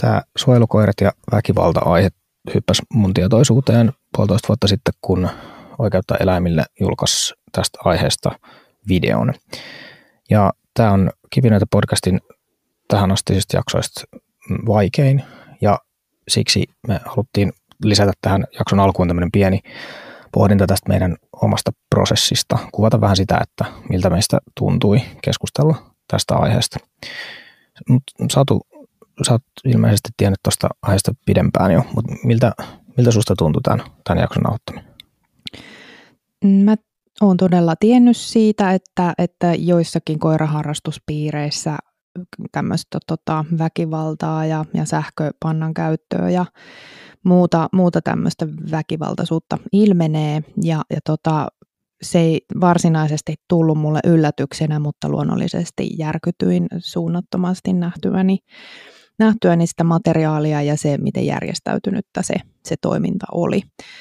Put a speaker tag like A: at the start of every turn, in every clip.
A: Tämä suojelukoirat ja väkivalta-aihe hyppäsi mun tietoisuuteen 1,5 vuotta sitten, kun Oikeutta eläimille julkaisi tästä aiheesta videon. Ja tämä on Kipinöitä podcastin tähän astisista jaksoista vaikein, ja siksi me haluttiin lisätä tähän jakson alkuun tämmöinen pieni pohdinta tästä meidän omasta prosessista, kuvata vähän sitä, että miltä meistä tuntui keskustella tästä aiheesta. Satu, sä oot ilmeisesti tiennyt tuosta aiheesta pidempään jo, mutta miltä susta tuntui tämän jakson nauhoittaminen?
B: Mä oon todella tiennyt siitä, että joissakin koiraharrastuspiireissä tämmöistä väkivaltaa ja sähköpannan käyttöä ja muuta tämmöistä väkivaltaisuutta ilmenee ja se ei varsinaisesti tullut mulle yllätyksenä, mutta luonnollisesti järkytyin suunnattomasti nähtyäni sitä materiaalia ja se, miten järjestäytynyttä se toiminta oli.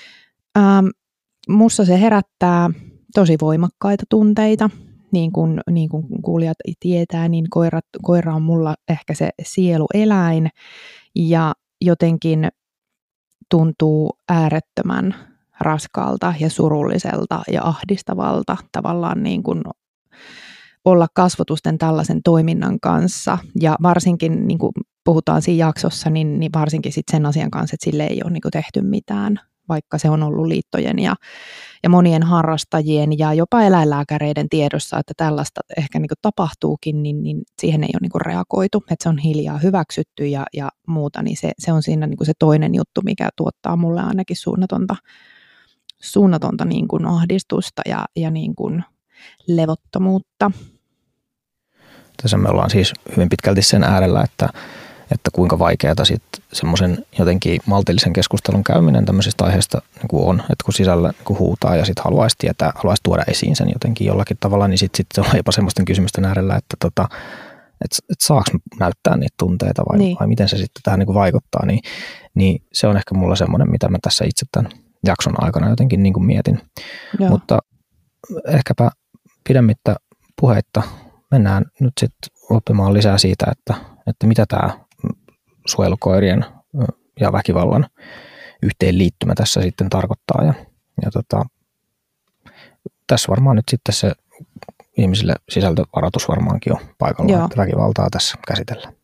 B: Musta se herättää tosi voimakkaita tunteita. Niin kuin kuulijat tietää, niin koira on mulla ehkä se sielueläin ja jotenkin tuntuu äärettömän raskaalta ja surulliselta ja ahdistavalta tavallaan niin kuin olla kasvotusten tällaisen toiminnan kanssa. Ja varsinkin, niin kuin puhutaan siinä jaksossa, niin varsinkin sit sen asian kanssa, että sille ei ole niin kuin tehty mitään, vaikka se on ollut liittojen ja monien harrastajien ja jopa eläinlääkäreiden tiedossa, että tällaista ehkä niin kuin tapahtuukin, niin siihen ei ole niin kuin reagoitu, että se on hiljaa hyväksytty ja muuta, niin se on siinä niin kuin se toinen juttu, mikä tuottaa mulle ainakin suunnatonta niin kuin ahdistusta ja niin kuin levottomuutta.
A: Tässä me ollaan siis hyvin pitkälti sen äärellä, että kuinka vaikeaa sitten semmoisen jotenkin maltillisen keskustelun käyminen tämmöisestä aiheesta niin kuin on, että kun sisällä niin kuin huutaa ja sitten haluaisi tietää, haluaisi tuoda esiin sen jotenkin jollakin tavalla, niin sitten ollaan jopa semmoisten kysymysten äärellä, että saako näyttää niitä tunteita vai miten se sitten tähän niin kuin vaikuttaa, niin se on ehkä mulla semmoinen, mitä mä tässä itse tämän jakson aikana jotenkin niin kuin mietin. Joo. Mutta ehkäpä pidemmittä puheitta mennään nyt sitten oppimaan lisää siitä, että mitä tämä suojelukoirien ja väkivallan yhteenliittymä tässä sitten tarkoittaa. Ja tässä varmaan nyt sitten se ihmisille sisältövaroitus varmaankin on paikalla, että väkivaltaa tässä käsitellään.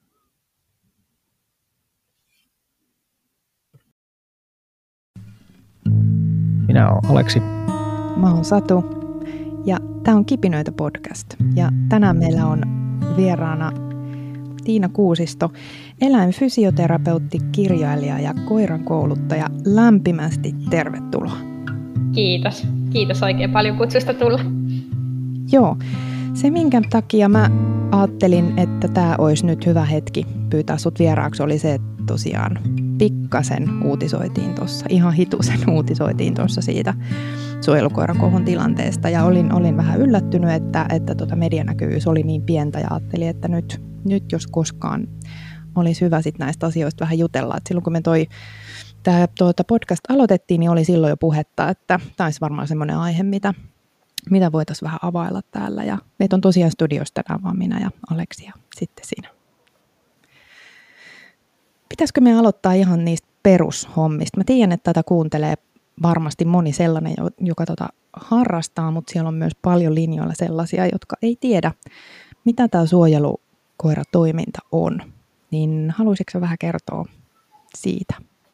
A: Minä olen Aleksi.
B: Mä oon Satu. Ja tämä on Kipinöitä podcast. Ja tänään meillä on vieraana Tiina Kuusisto, eläinfysioterapeutti, kirjailija ja koirankouluttaja. Lämpimästi tervetuloa.
C: Kiitos. Kiitos oikein paljon kutsusta tulla.
B: Joo. Se, minkä takia mä ajattelin, että tämä olisi nyt hyvä hetki pyytää sut vieraaksi, oli se, että tosiaan pikkasen uutisoitiin tuossa, ihan hitusen uutisoitiin tuossa siitä suojelukoiran kohun tilanteesta. Ja olin vähän yllättynyt, että medianäkyvyys oli niin pientä ja ajattelin, että nyt jos koskaan olisi hyvä sit näistä asioista vähän jutella. Et silloin kun me tämä podcast aloitettiin, niin oli silloin jo puhetta, että tämä olisi varmaan semmoinen aihe, mitä voitaisiin vähän availla täällä. Ja meitä on tosiaan studiossa tänään vaan minä ja Aleksi ja sitten siinä. Pitäisikö me aloittaa ihan niistä perushommista? Mä tiedän, että tätä kuuntelee varmasti moni sellainen, joka harrastaa, mutta siellä on myös paljon linjoilla sellaisia, jotka ei tiedä, mitä tämä suojelukoiratoiminta on. Niin haluaisitko vähän kertoa siitä?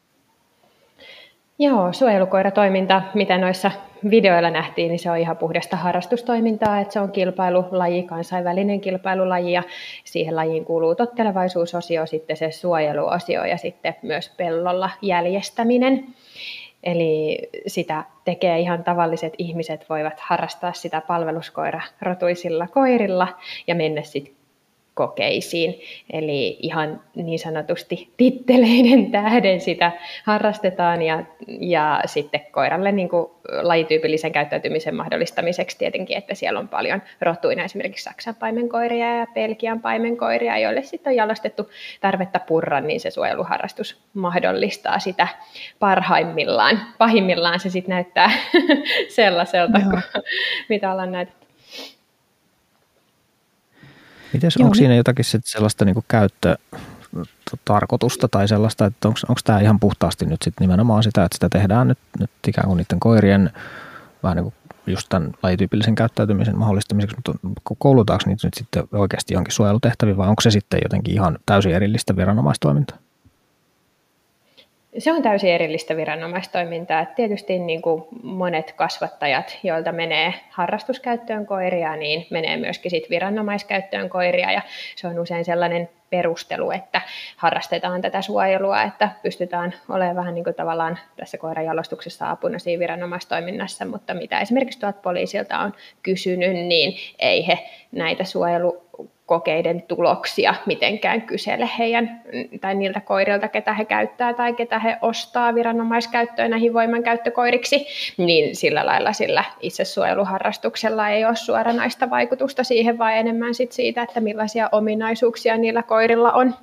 C: Joo, suojelukoiratoiminta, mitä noissa videoilla nähtiin, niin se on ihan puhdasta harrastustoimintaa, että se on kilpailulaji, kansainvälinen kilpailulaji ja siihen lajiin kuuluu tottelevaisuusosio, sitten se suojeluosio ja sitten myös pellolla jäljestäminen. Eli sitä tekee ihan tavalliset ihmiset, voivat harrastaa sitä palveluskoirarotuisilla koirilla ja mennä sitten kokeisiin. Eli ihan niin sanotusti titteleiden tähden sitä harrastetaan ja sitten koiralle niin kuin lajityypillisen käyttäytymisen mahdollistamiseksi tietenkin, että siellä on paljon rotuina esimerkiksi Saksan paimenkoiria ja Belgian paimenkoiria, joille sitten on jalostettu tarvetta purra, niin se suojeluharrastus mahdollistaa sitä parhaimmillaan. Pahimmillaan se sitten näyttää sellaiselta, mitä ollaan näytetty.
A: Onko siinä jotakin sellaista niin kuin tarkoitusta tai sellaista, että onko tämä ihan puhtaasti nyt sitten nimenomaan sitä, että sitä tehdään nyt ikään kuin niiden koirien vähän niin kuin just tämän lajityypillisen käyttäytymisen mahdollistamiseksi, mutta koulutaanko niitä nyt sitten oikeasti johonkin suojelutehtäviin vai onko se sitten jotenkin ihan täysin erillistä viranomaistoimintaa?
C: Se on täysin erillistä viranomaistoimintaa. Et tietysti niin kuin monet kasvattajat, joilta menee harrastuskäyttöön koiria, niin menee myöskin sit viranomaiskäyttöön koiria. Ja se on usein sellainen perustelu, että harrastetaan tätä suojelua, että pystytään olemaan vähän niin kuin tavallaan tässä koiran jalostuksessa apuna siinä viranomaistoiminnassa, mutta mitä esimerkiksi tuolta poliisilta on kysynyt, niin ei he näitä suojelukokeiden tuloksia mitenkään kysele heidän tai niiltä koirilta, ketä he käyttää tai ketä he ostaa viranomaiskäyttöön näihin voimankäyttökoiriksi, niin sillä lailla sillä itsesuojeluharrastuksella ei ole suoranaista vaikutusta siihen, vaan enemmän sit siitä, että millaisia ominaisuuksia niillä koirilla on.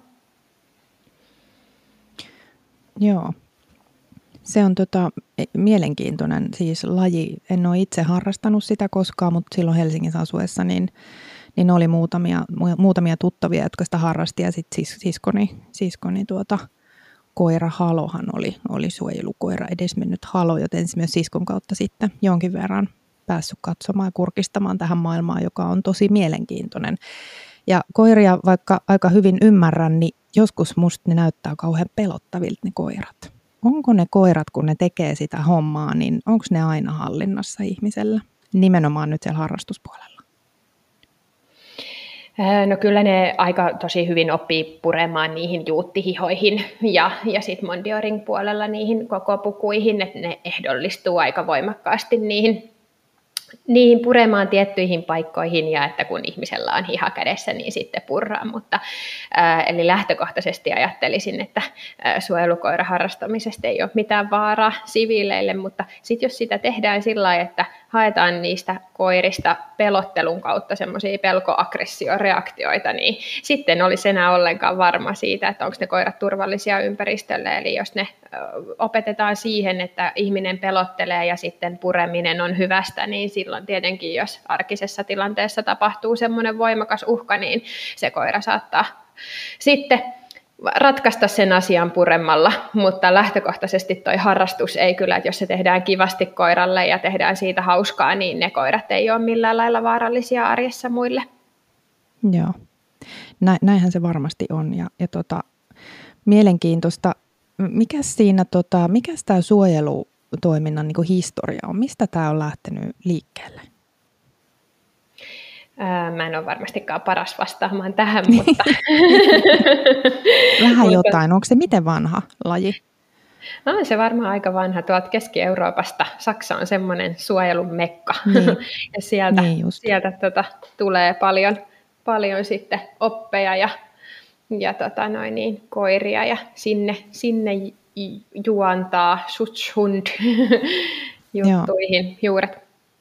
B: Joo. Se on mielenkiintoinen siis laji. En ole itse harrastanut sitä koskaan, mutta silloin Helsingissä asuessa niin oli muutamia tuttavia, jotka sitä harrasti. Ja sitten siskoni koira Halohan oli suojelukoira, edesmennyt Halo, joten myös siskon kautta sitten jonkin verran päässyt katsomaan ja kurkistamaan tähän maailmaan, joka on tosi mielenkiintoinen. Ja koiria, vaikka aika hyvin ymmärrän, niin joskus musta ne näyttää kauhean pelottavilta ne koirat. Onko ne koirat, kun ne tekee sitä hommaa, niin onko ne aina hallinnassa ihmisellä? Nimenomaan nyt siellä harrastuspuolella.
C: No kyllä ne aika tosi hyvin oppii puremaan niihin juuttihihoihin ja sitten Mondioring puolella niihin koko pukuihin, että ne ehdollistuu aika voimakkaasti niihin puremaan tiettyihin paikkoihin ja että kun ihmisellä on hiha kädessä, niin sitten purraa. Eli lähtökohtaisesti ajattelisin, että suojelukoira harrastamisesta ei ole mitään vaaraa siviileille, mutta sitten jos sitä tehdään sillä lailla, että haetaan niistä koirista pelottelun kautta semmoisia pelkoaggressioreaktioita, niin sitten olisi enää ollenkaan varma siitä, että onko ne koirat turvallisia ympäristölle. Eli jos ne opetetaan siihen, että ihminen pelottelee ja sitten pureminen on hyvästä, niin silloin tietenkin, jos arkisessa tilanteessa tapahtuu semmoinen voimakas uhka, niin se koira saattaa sitten ratkaista sen asian puremalla, mutta lähtökohtaisesti toi harrastus ei kyllä, että jos se tehdään kivasti koiralle ja tehdään siitä hauskaa, niin ne koirat ei ole millään lailla vaarallisia arjessa muille.
B: Joo, näinhän se varmasti on ja mielenkiintoista. Mikäs tämä suojelutoiminnan niin kuin historia on? Mistä tämä on lähtenyt liikkeelle?
C: Mä en ole varmastikaan paras vastaamaan tähän, mutta...
B: Vähän jotain. Onko se miten vanha laji?
C: On se varmaan aika vanha. Tuolta Keski-Euroopasta Saksa on semmoinen suojelun mekka.
B: Niin.
C: Ja sieltä tulee paljon sitten oppeja ja koiria ja sinne juontaa Schutzhund juttuihin juuret.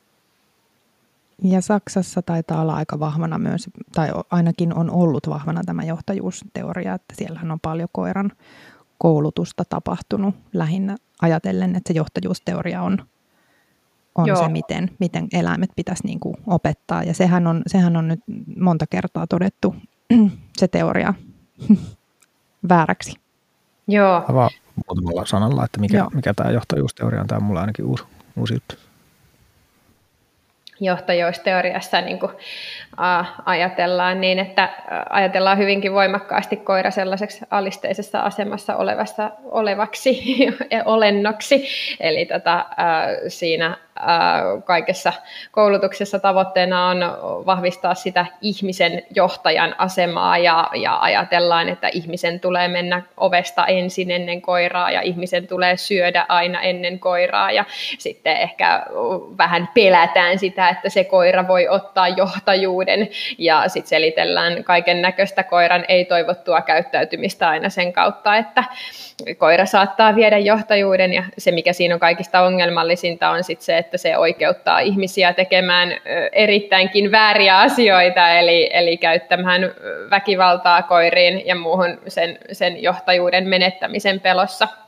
B: Ja Saksassa taitaa olla aika vahvana myös, tai ainakin on ollut vahvana tämä johtajuusteoria, että siellähän on paljon koiran koulutusta tapahtunut lähinnä ajatellen, että se johtajuusteoria on se, miten eläimet pitäisi niin kuin opettaa. Ja sehän on nyt monta kertaa todettu se teoria vääräksi.
C: Joo.
A: Avaa muutamalla sanalla, että mikä tämä johtajuusteoria on. Tämä on mulle ainakin uusi juttu.
C: Johtajuusteoriassa niin kuin ajatellaan niin, että ajatellaan hyvinkin voimakkaasti koira sellaiseksi alisteisessa asemassa olevaksi olennoksi. Eli siinä kaikessa koulutuksessa tavoitteena on vahvistaa sitä ihmisen johtajan asemaa ja ajatellaan, että ihmisen tulee mennä ovesta ensin ennen koiraa ja ihmisen tulee syödä aina ennen koiraa ja sitten ehkä vähän pelätään sitä, että se koira voi ottaa johtajuuden ja sitten selitellään kaiken näköistä koiran ei-toivottua käyttäytymistä aina sen kautta, että koira saattaa viedä johtajuuden ja se, mikä siinä on kaikista ongelmallisinta, on sitten se, että se oikeuttaa ihmisiä tekemään erittäinkin vääriä asioita, eli käyttämään väkivaltaa koiriin ja muuhun sen johtajuuden menettämisen pelossa.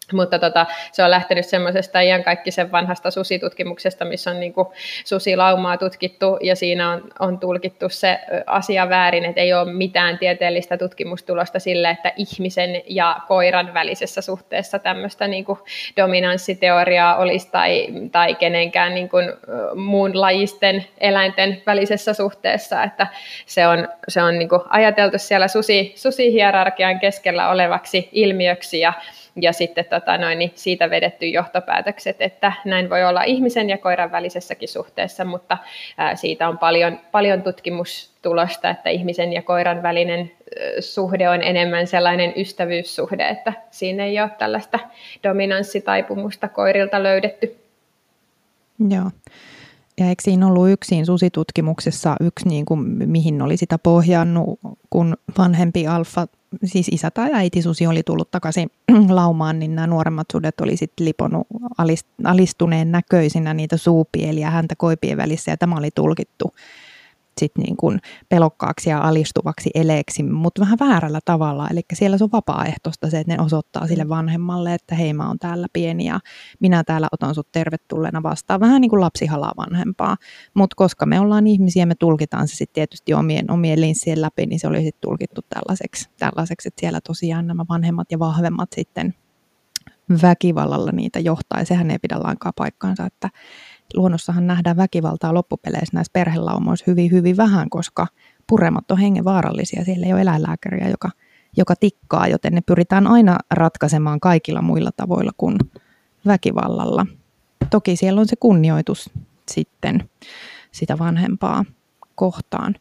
C: Mutta se on lähtenyt semmoisesta iankaikkisen vanhasta susitutkimuksesta, missä on niin kuin susilaumaa tutkittu ja siinä on tulkittu se asia väärin, että ei ole mitään tieteellistä tutkimustulosta sille, että ihmisen ja koiran välisessä suhteessa tämmöistä niin kuin dominanssiteoriaa olisi tai kenenkään niin kuin muun lajisten eläinten välisessä suhteessa, että se on niin kuin ajateltu siellä susihierarkian keskellä olevaksi ilmiöksi ja sitten niin siitä vedetty johtopäätökset, että näin voi olla ihmisen ja koiran välisessäkin suhteessa, mutta siitä on paljon tutkimustulosta, että ihmisen ja koiran välinen suhde on enemmän sellainen ystävyyssuhde, että siinä ei ole tällaista dominanssitaipumusta koirilta löydetty.
B: Joo. Ja eikö siinä ollut siinä susitutkimuksessa niin kuin, mihin oli sitä pohjannut, kun vanhempi alfa, siis isä tai äiti susi oli tullut takaisin laumaan, niin nämä nuoremmat sudet oli sitten liponut alistuneen näköisinä niitä suupieliä häntä koipien välissä, ja tämä oli tulkittu sitten niin kuin pelokkaaksi ja alistuvaksi eleeksi, mutta vähän väärällä tavalla. Eli siellä se on vapaaehtoista se, että ne osoittaa sille vanhemmalle, että hei, mä oon täällä pieni ja minä täällä otan sut tervetulleena vastaan. Vähän niin kuin lapsi halaa vanhempaa. Mutta koska me ollaan ihmisiä, me tulkitaan se sitten tietysti omien linssien läpi, niin se oli sitten tulkittu tällaiseksi, että siellä tosiaan nämä vanhemmat ja vahvemmat sitten väkivallalla niitä johtaa. Ja sehän ei pidä lainkaan paikkaansa, että luonnossahan nähdään väkivaltaa loppupeleissä näissä perhelaumoissa hyvin, hyvin vähän, koska puremat on hengenvaarallisia. Siellä ei ole eläinlääkäriä, joka tikkaa, joten ne pyritään aina ratkaisemaan kaikilla muilla tavoilla kuin väkivallalla. Toki siellä on se kunnioitus sitten sitä vanhempaa kohtaan.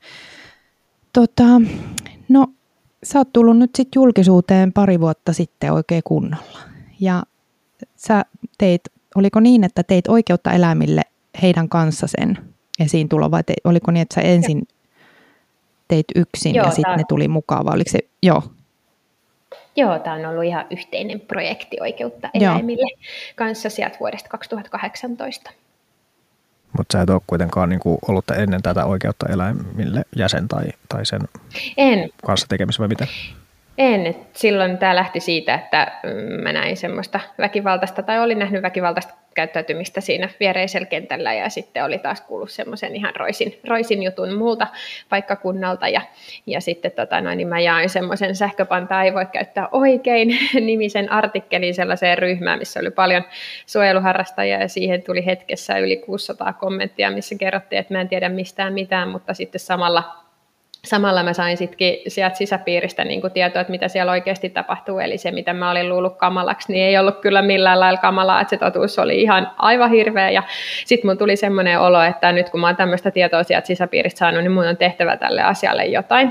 B: No, sä oot tullut nyt sitten julkisuuteen 2 vuotta sitten oikein kunnolla. Ja sä oliko niin, että teit Oikeutta eläimille heidän kanssa sen esiintulo, vai oliko niin, että sä ensin teit yksin ja sitten ne tuli mukaan, vai oliko se,
C: Joo, tämä on ollut ihan yhteinen projekti Oikeutta eläimille kanssa sieltä vuodesta 2018.
A: Mutta sä et ole kuitenkaan niinku ollut ennen tätä Oikeutta eläimille jäsen tai sen kanssa tekemisessä vai mitä?
C: En. Silloin tämä lähti siitä, että mä näin semmoista väkivaltaista, tai olin nähnyt väkivaltaista käyttäytymistä siinä viereisellä kentällä, ja sitten oli taas kuullut semmoisen ihan roisin jutun muulta paikkakunnalta, ja sitten niin mä jaoin semmoisen Sähköpanta ei voi käyttää oikein nimisen artikkelin sellaiseen ryhmään, missä oli paljon suojeluharrastajia, ja siihen tuli hetkessä yli 600 kommenttia, missä kerrottiin, että mä en tiedä mistään mitään, mutta sitten Samalla mä sain sittenkin sieltä sisäpiiristä niin kuin tietoa, että mitä siellä oikeasti tapahtuu, eli se, mitä mä olin luullut kamalaksi, niin ei ollut kyllä millään lailla kamalaa, että se totuus oli ihan aivan hirveä, ja sitten mun tuli semmoinen olo, että nyt kun mä oon tämmöistä tietoa sieltä sisäpiiristä saanut, niin mun on tehtävä tälle asialle jotain,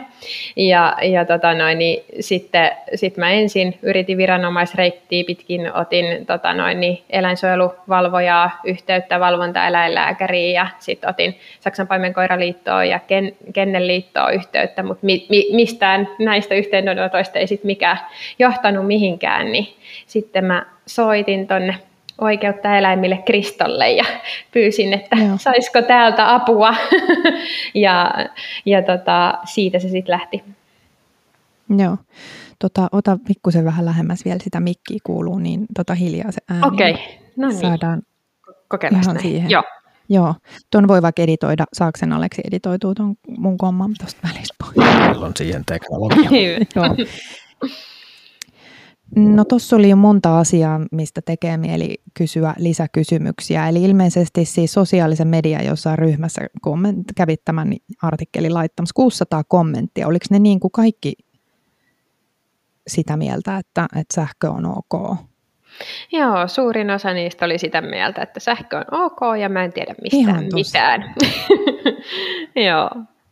C: niin sitten mä ensin yritin viranomaisreittiä pitkin, otin eläinsuojeluvalvojaa yhteyttä, valvontaeläinlääkäriin, ja sitten otin Saksan paimenkoiraliittoon ja Kennelliittoon yhteyttä, mutta mistään näistä yhteydenotoista ei sitten mikään johtanut mihinkään, niin sitten mä soitin tonne Oikeutta eläimille Kristolle ja pyysin, että saisiko täältä apua, ja siitä se sitten lähti.
B: Joo, ota pikkusen vähän lähemmäs vielä sitä mikkiä kuuluu, niin hiljaa se ääni.
C: Okei, no niin.
B: Saadaan
C: kokeillaan näin.
B: Siihen. Joo, tuon voi vaikka editoida. Saako sen Aleksi editoitua tuon mun komman tuosta välistä pois?
A: Meillä on siihen teknologia.
B: Joo. No tuossa oli jo monta asiaa, mistä tekee mieli kysyä lisäkysymyksiä. Eli ilmeisesti siis sosiaalisen median jossain ryhmässä kävit tämän artikkelin laittamassa 600 kommenttia. Oliko ne niin kuin kaikki sitä mieltä, että sähkö on ok?
C: Joo, suurin osa niistä oli sitä mieltä, että sähkö on ok ja mä en tiedä mistään mitään. Joo.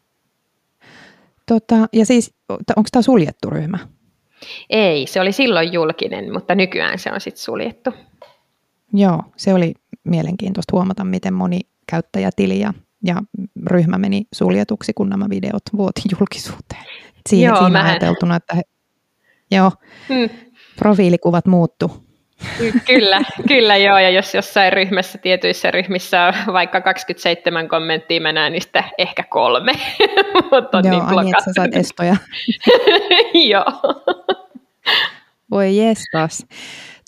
B: Ja siis, onko tämä suljettu ryhmä?
C: Ei, se oli silloin julkinen, mutta nykyään se on sitten suljettu.
B: Joo, se oli mielenkiintoista huomata, miten moni käyttäjätili ja ryhmä meni suljetuksi, kun nämä videot vuoti julkisuuteen. Siinä ajateltuna, että profiilikuvat muuttu.
C: Kyllä joo, ja jos jossain ryhmässä, tietyissä ryhmissä on vaikka 27 kommenttia, mä näen niistä ehkä 3.
B: Mutta joo, niin että sä saat estoja.
C: Joo.
B: Voi jestas.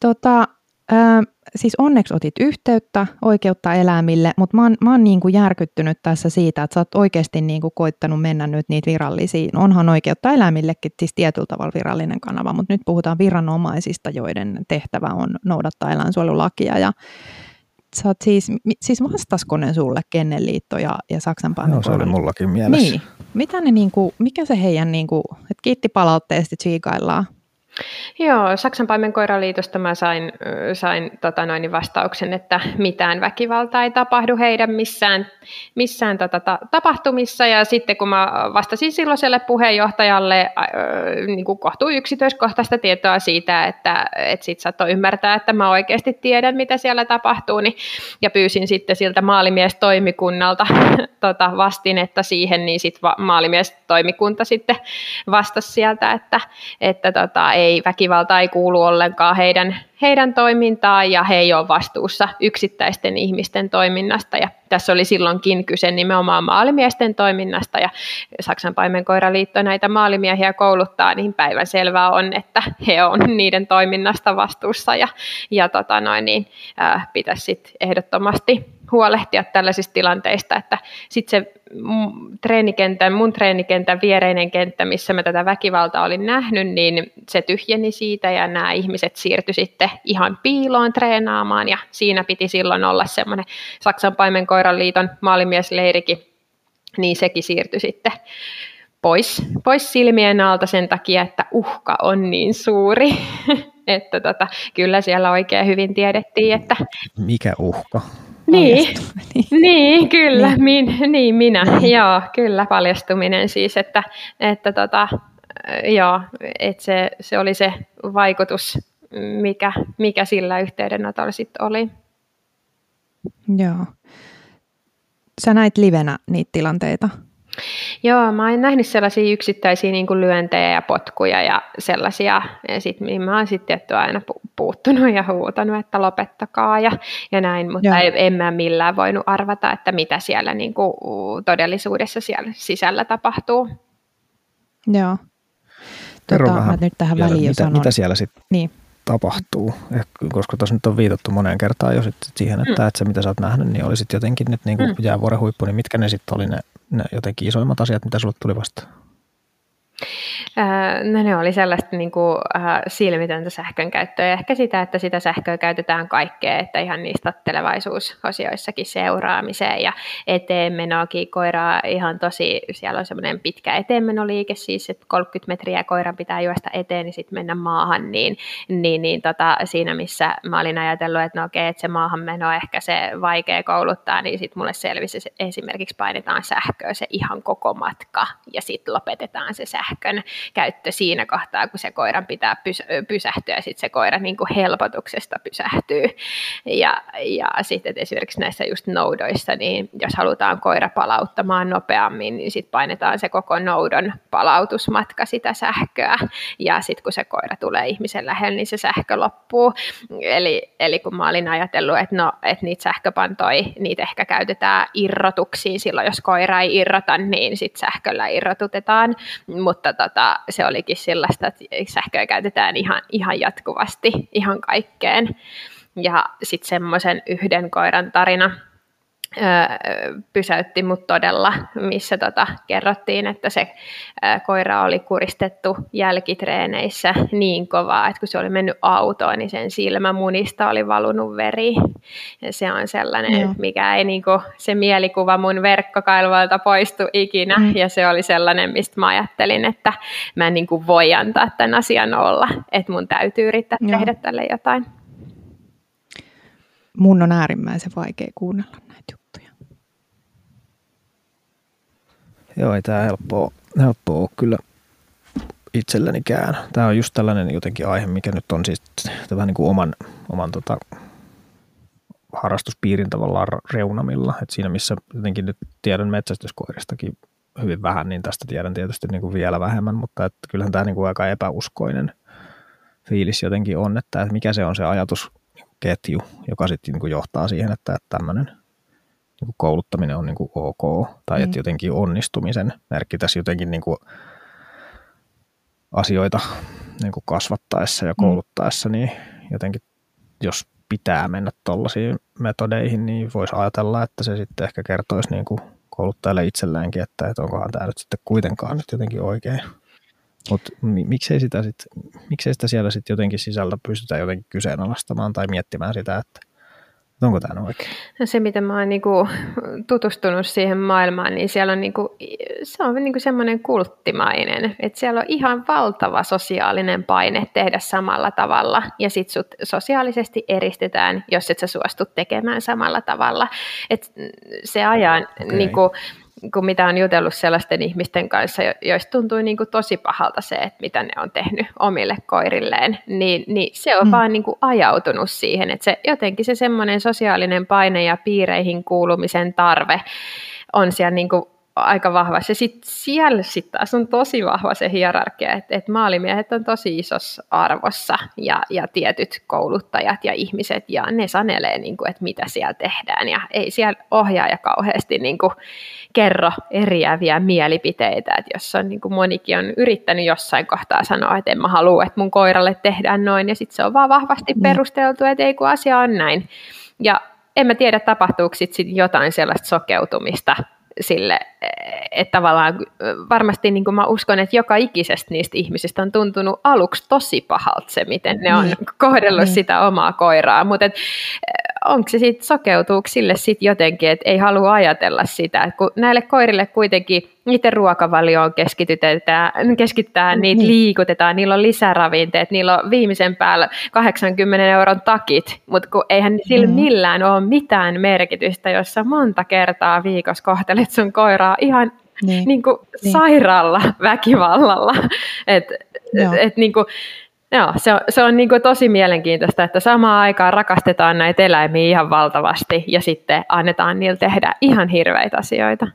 B: Siis onneksi otit yhteyttä Oikeutta eläimille, mutta mä oon niin kuin järkyttynyt tässä siitä, että sä oot oikeasti niin kuin koittanut mennä nyt niitä virallisia. Onhan Oikeutta eläimillekin siis tietyllä tavalla virallinen kanava, mutta nyt puhutaan viranomaisista, joiden tehtävä on noudattaa eläinsuojelulakia. Ja sä oot siis vastasko ne sulle Kennelliitto ja Saksan
A: Paimenkoiran? No se oli mullakin mielessä.
B: Niin. Mitä ne mikä se heidän että kiitti palautteesta, tsiikaillaan?
C: Joo, Saksan Paimenkoiraliitosta mä sain vastauksen, että mitään väkivaltaa ei tapahdu heidän missään tapahtumissa. Ja sitten kun mä vastasin silloiselle puheenjohtajalle niin kuin kohtuu yksityiskohtaista tietoa siitä, että sit saattoi ymmärtää, että mä oikeasti tiedän, mitä siellä tapahtuu, niin, ja pyysin sitten siltä maalimiestoimikunnalta vastinetta siihen, niin sitten maalimiestoimikunta sitten vastasi sieltä, että väkivalta ei kuulu ollenkaan heidän toimintaan ja he ei ole vastuussa yksittäisten ihmisten toiminnasta. Ja tässä oli silloinkin kyse nimenomaan maalimiesten toiminnasta ja Saksan Paimenkoiraliitto näitä maalimiehiä kouluttaa, niin päivänselvää on, että he on niiden toiminnasta vastuussa ja pitäisi sitten ehdottomasti huolehtia tällaisista tilanteista, että sitten se mun treenikentän viereinen kenttä, missä mä tätä väkivaltaa olin nähnyt, niin se tyhjeni siitä ja nämä ihmiset siirtyi sitten ihan piiloon treenaamaan ja siinä piti silloin olla semmoinen Saksan Paimenkoiraliiton maalimiesleirikin, niin sekin siirtyi sitten pois silmien alta sen takia, että uhka on niin suuri, että kyllä siellä oikein hyvin tiedettiin, että
A: mikä uhka?
C: Niin, kyllä, minä, joo, kyllä, paljastuminen siis, että se oli se vaikutus, mikä sillä yhteydenotolla sitten oli.
B: Joo. Sä näit livenä niitä tilanteita?
C: Joo, mä oon nähnyt sellaisia yksittäisiä niin kuin lyöntejä ja potkuja ja sellaisia, ja sitten mä oon sitten aina puuttunut ja huutanut, että lopettakaa ja näin, mutta en mä millään voinut arvata, että mitä siellä niin kuin todellisuudessa siellä sisällä tapahtuu.
B: Joo.
A: Vähän
B: nyt tähän väliin
A: mitä siellä sitten tapahtuu, koska tuossa nyt on viitattu moneen kertaan jo sitten siihen, että se mitä sä oot nähnyt, niin oli sitten jotenkin nyt niin kuin jäävuoren huippu, niin mitkä ne sitten oli ne jotenkin isoimmat asiat, mitä sulle tuli vastaan?
C: No ne oli sellaista niin kuin, silmitöntä sähkönkäyttöä ja ehkä sitä, että sitä sähköä käytetään kaikkeen, että ihan niistä tulevaisuusosioissakin seuraamiseen ja eteenmenoakin koiraa ihan tosi, siellä on semmoinen pitkä eteenmenoliike siis, että 30 metriä koiran pitää juosta eteen ja sitten mennä maahan, niin siinä missä mä olin ajatellut, että no okei, että se maahanmeno on ehkä se vaikea kouluttaa, niin sitten mulle selvisi, että esimerkiksi painetaan sähköä se ihan koko matka ja sitten lopetetaan se sähkön käyttö siinä kohtaa, kun se koiran pitää pysähtyä ja sitten se koira niin kuin helpotuksesta pysähtyy. Ja sitten esimerkiksi näissä just noudoissa, niin jos halutaan koira palauttamaan nopeammin, niin sitten painetaan se koko noudon palautusmatka sitä sähköä ja sitten kun se koira tulee ihmisen lähelle, niin se sähkö loppuu. Eli kun mä olin ajatellut, että niitä sähköpantoja, niitä ehkä käytetään irrotuksiin silloin, jos koira ei irrota, niin sitten sähköllä irrotutetaan, mutta se olikin sellaista, että sähköä käytetään ihan jatkuvasti, ihan kaikkeen. Ja sitten semmoisen yhden koiran tarina pysäytti mut todella, missä kerrottiin, että se koira oli kuristettu jälkitreeneissä niin kovaa, että kun se oli mennyt autoon, niin sen silmämunista oli valunut veri. Ja se on sellainen, mikä ei niinku, se mielikuva mun verkkokailuvalta poistu ikinä. Ja se oli sellainen, mistä mä ajattelin, että mä en niinku voi antaa tämän asian olla, että mun täytyy yrittää tehdä tälle jotain.
B: Mun on äärimmäisen vaikea kuunnella näitä juttuja.
A: Joo, ei tämä helppoa ole kyllä itsellänikään. Tämä on just tällainen jotenkin aihe, mikä nyt on siis vähän niin kuin oman harrastuspiirin tavallaan reunamilla. Et siinä missä jotenkin nyt tiedän metsästyskoiristakin hyvin vähän, niin tästä tiedän tietysti niin kuin vielä vähemmän, mutta että kyllähän tämä niin kuin aika epäuskoinen fiilis jotenkin on, että mikä se on se ajatusketju, joka sitten niin kuin johtaa siihen, että tämmöinen niin kuin kouluttaminen on niin kuin ok, tai että jotenkin onnistumisen merkki tässä jotenkin niin kuin asioita niin kuin kasvattaessa ja kouluttaessa, niin jotenkin jos pitää mennä tuollaisiin metodeihin, niin voisi ajatella, että se sitten ehkä kertoisi niin kuin kouluttajalle itselleenkin, että onkohan tämä nyt sitten kuitenkaan nyt jotenkin oikein. Mutta miksei sitä siellä sitten jotenkin sisältä pystytä jotenkin kyseenalaistamaan tai miettimään sitä, että onko tämä oikein?
C: No se, mitä mä oon niinku tutustunut siihen maailmaan, niin siellä on se on semmoinen kulttimainen, että siellä on ihan valtava sosiaalinen paine tehdä samalla tavalla, ja sit sut sosiaalisesti eristetään, jos et sä suostu tekemään samalla tavalla. Et se ajan, kun mitä on jutellut sellaisten ihmisten kanssa, joista tuntuu tosi pahalta se, että mitä ne on tehnyt omille koirilleen, niin se on vaan ajautunut siihen, että se jotenkin se semmoinen sosiaalinen paine ja piireihin kuulumisen tarve on siellä aika vahva. Siellä taas on tosi vahva se hierarkia, että maalimiehet on tosi isossa arvossa ja tietyt kouluttajat ja ihmiset, ja ne sanelee, että mitä siellä tehdään, ja ei siellä ohjaaja kauheasti kerro eriäviä mielipiteitä, että jos on monikin on yrittänyt jossain kohtaa sanoa, että en mä halua, että mun koiralle tehdään noin, ja sitten se on vaan vahvasti perusteltu, että ei kun asia on näin. Ja en mä tiedä, tapahtuuko sitten jotain sellaista sokeutumista sille, että tavallaan varmasti mä uskon, että joka ikisestä niistä ihmisistä on tuntunut aluksi tosi pahalta se, miten ne on kohdellut sitä omaa koiraa, mutta onko se sitten, sokeutuuko sille sitten jotenkin, että ei halua ajatella sitä, että kun näille koirille kuitenkin niiden ruokavalioon keskitytään, niitä liikutetaan, niillä on lisäravinteet, niillä on viimeisen päällä 80 € takit, mutta kun eihän sillä millään ole mitään merkitystä, jos sä monta kertaa viikossa kohtelet sun koiraa ihan sairaalla väkivallalla. Se on tosi mielenkiintoista, että samaan aikaan rakastetaan näitä eläimiä ihan valtavasti ja sitten annetaan niillä tehdä ihan hirveitä asioita.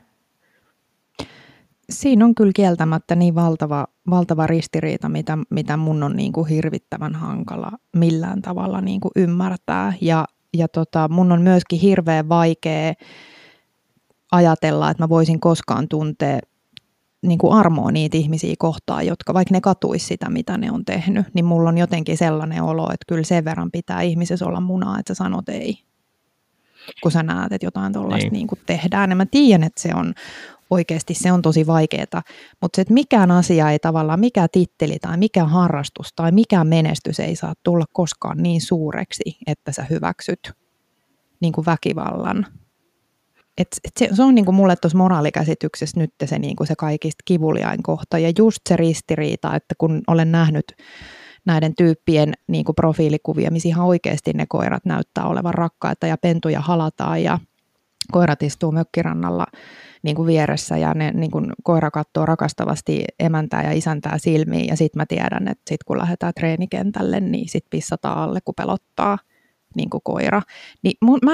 B: Siinä on kyllä kieltämättä niin valtava ristiriita, mitä mun on hirvittävän hankala millään tavalla ymmärtää. Ja mun on myöskin hirveän vaikea ajatella, että mä voisin koskaan tuntea armoa niitä ihmisiä kohtaan, jotka vaikka ne katuisi sitä, mitä ne on tehnyt, niin mulla on jotenkin sellainen olo, että kyllä sen verran pitää ihmisessä olla munaa, että sä sanot ei, kun sä näet, että jotain tuollaista tehdään. Ja mä tiedän, että se on oikeasti tosi vaikeaa, mutta se, että mikään asia ei tavallaan, mikä titteli tai mikä harrastus tai mikä menestys ei saa tulla koskaan niin suureksi, että sä hyväksyt väkivallan. Se on mulle tuossa moraalikäsityksessä nyt se kaikista kivuliain kohta, ja just se ristiriita, että kun olen nähnyt näiden tyyppien profiilikuvia, missä ihan oikeasti ne koirat näyttää olevan rakkaita ja pentuja halataan ja koirat istuu mökkirannalla vieressä ja ne koira katsoo rakastavasti emäntää ja isäntää silmiin, ja sitten mä tiedän, että sit kun lähdetään treenikentälle, niin sit pissataan alle, kun pelottaa koira. Niin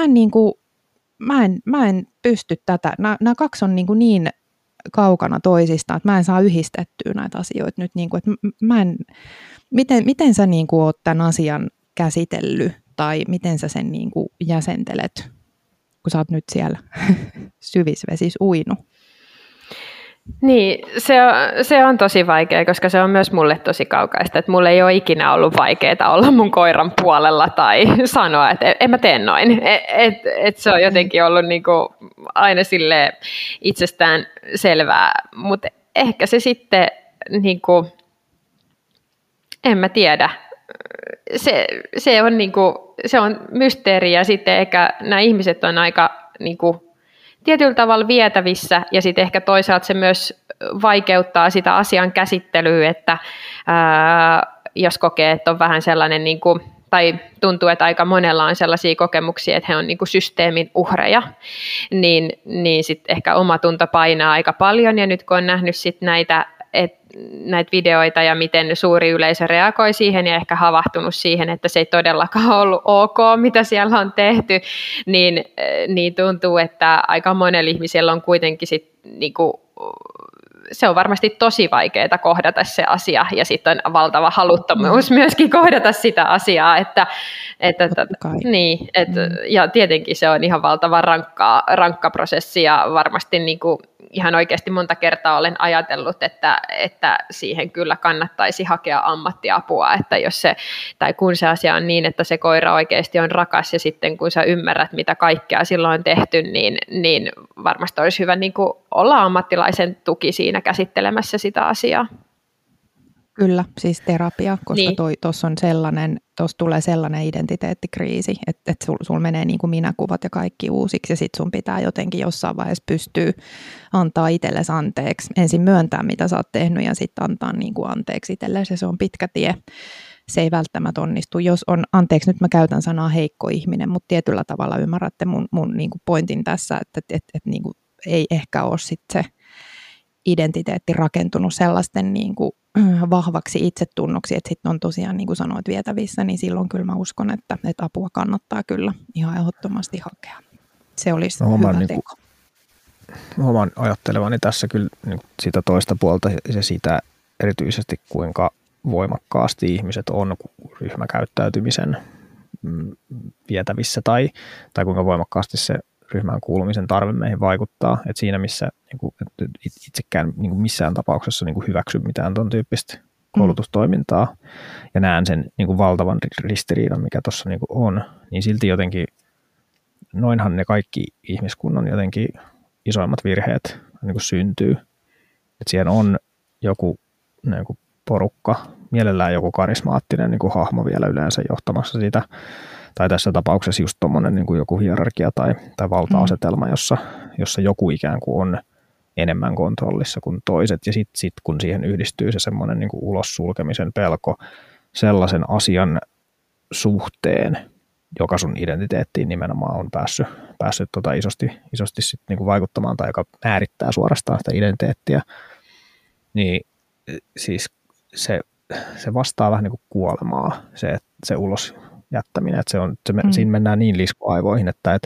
B: mä en pysty tätä. Nämä kaksi on niin kaukana toisistaan, että mä en saa yhdistettyä näitä asioita nyt. Että miten sä oot tämän asian käsitellyt tai miten sä sen jäsentelet, kun sä oot nyt siellä syvisvesissä uinut?
C: Niin, se on tosi vaikea, koska se on myös mulle tosi kaukaista, että mulle ei ole ikinä ollut vaikeaa olla mun koiran puolella tai sanoa, että en mä tee noin. Et se on jotenkin ollut aina sille itsestään selvää, mutta ehkä se sitten, en mä tiedä, se on mysteeri, ja sitten ehkä nämä ihmiset on aika tietyllä tavalla vietävissä, ja sitten ehkä toisaalta se myös vaikeuttaa sitä asian käsittelyä, että jos kokee, että on vähän sellainen, tai tuntuu, että aika monella on sellaisia kokemuksia, että he on systeemin uhreja, niin sitten ehkä omatunto painaa aika paljon, ja nyt kun on nähnyt sitten näitä videoita ja miten suuri yleisö reagoi siihen ja ehkä havahtunut siihen, että se ei todellakaan ollut ok, mitä siellä on tehty, niin tuntuu, että aika monella ihmisellä on kuitenkin se on varmasti tosi vaikeaa kohdata se asia, ja sitten on valtava haluttomuus myöskin kohdata sitä asiaa, ja tietenkin se on ihan valtava rankka prosessi, ja varmasti ihan oikeasti monta kertaa olen ajatellut, että siihen kyllä kannattaisi hakea ammattiapua, että jos se, tai kun se asia on niin, että se koira oikeasti on rakas ja sitten kun sä ymmärrät, mitä kaikkea silloin on tehty, niin varmasti olisi hyvä niin kuin olla ammattilaisen tuki siinä käsittelemässä sitä asiaa.
B: Kyllä, siis terapia, koska
C: Niin.
B: tuossa tulee sellainen identiteettikriisi, että sulla menee niin kuin minäkuvat ja kaikki uusiksi, ja sitten sun pitää jotenkin jossain vaiheessa pystyä antaa itsellesi anteeksi. Ensin myöntää, mitä sä oot tehnyt, ja sitten antaa niin kuin anteeksi itsellesi, ja se on pitkä tie. Se ei välttämättä onnistu. Jos on, anteeksi, nyt mä käytän sanaa heikko ihminen, mutta tietyllä tavalla ymmärrätte mun niin kuin pointin tässä, että niin kuin ei ehkä ole sitten se identiteetti rakentunut sellaisten niin kuin vahvaksi itsetunnoksi, että sitten on tosiaan, niin kuin sanoit, vietävissä, niin silloin kyllä mä uskon, että apua kannattaa kyllä ihan ehdottomasti hakea. Se olisi hyvä teko.
A: Huomaan ajattelevani tässä kyllä niin sitä toista puolta ja sitä erityisesti, kuinka voimakkaasti ihmiset on ryhmäkäyttäytymisen vietävissä tai kuinka voimakkaasti se ryhmään kuulumisen tarve meihin vaikuttaa, että siinä missä niin kuin, itsekään niin kuin missään tapauksessa niin kuin hyväksy mitään tuon tyyppistä koulutustoimintaa ja näen sen niin kuin valtavan ristiriidan, mikä tuossa niin kuin on, niin silti jotenkin noinhan ne kaikki ihmiskunnan jotenkin isoimmat virheet niin kuin syntyy. Että siellä on joku niin kuin porukka, mielellään joku karismaattinen niin kuin hahmo vielä yleensä johtamassa sitä, tai tässä tapauksessa just tuommoinen niin kuin joku hierarkia tai valta-asetelma, jossa joku ikään kuin on enemmän kontrollissa kuin toiset, ja sitten kun siihen yhdistyy se semmoinen niin kuin ulos sulkemisen pelko sellaisen asian suhteen, joka sun identiteettiin nimenomaan on päässyt isosti sit niin kuin vaikuttamaan tai joka määrittää suorastaan sitä identiteettiä, niin siis se vastaa vähän niin kuin kuolemaa, se ulos jättäminen, että siinä mennään niin liskoaivoihin, että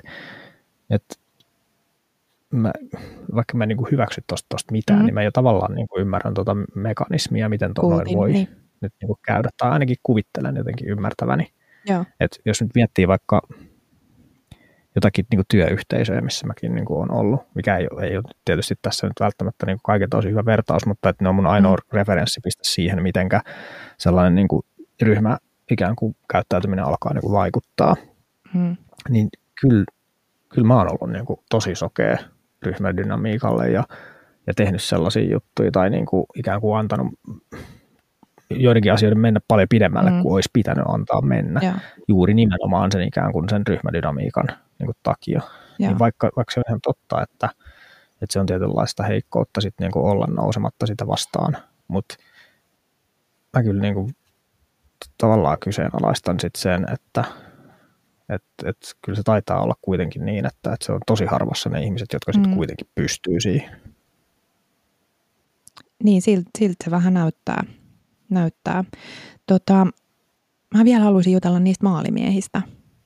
A: vaikka mä en niin kuin hyväksy tosta mitään, niin mä jo tavallaan niin kuin ymmärrän tuota mekanismia, miten noin voi nyt niin kuin käydä, tai ainakin kuvittelen jotenkin ymmärtäväni. Että jos nyt miettii vaikka jotakin niin kuin työyhteisöjä, missä mäkin niin kuin on ollut, mikä ei ole tietysti tässä nyt välttämättä niin kuin kaiken tosi hyvä vertaus, mutta että ne on mun ainoa referenssipiste siihen, mitenkä sellainen niin kuin ryhmä ikään kuin käyttäytyminen alkaa niin kuin vaikuttaa. Niin kyllä mä oon ollut niin kuin tosi sokea ryhmädynamiikalle ja tehnyt sellaisia juttuja tai niin kuin ikään kuin antanut joidenkin asioiden mennä paljon pidemmälle kuin olisi pitänyt antaa mennä. Juuri nimenomaan sen ikään kuin sen ryhmädynamiikan niin kuin takia. Niin vaikka se on ihan totta, että se on tietynlaista heikkoutta sit niin kuin olla nousematta sitä vastaan, mutta mä kyllä niin kuin tavallaan kyseenalaistan sit sen, että kyllä se taitaa olla kuitenkin niin, että se on tosi harvassa ne ihmiset, jotka sitten kuitenkin pystyy siihen.
B: Niin, siltä se vähän näyttää. Mä vielä haluaisin jutella niistä maalimiehistä.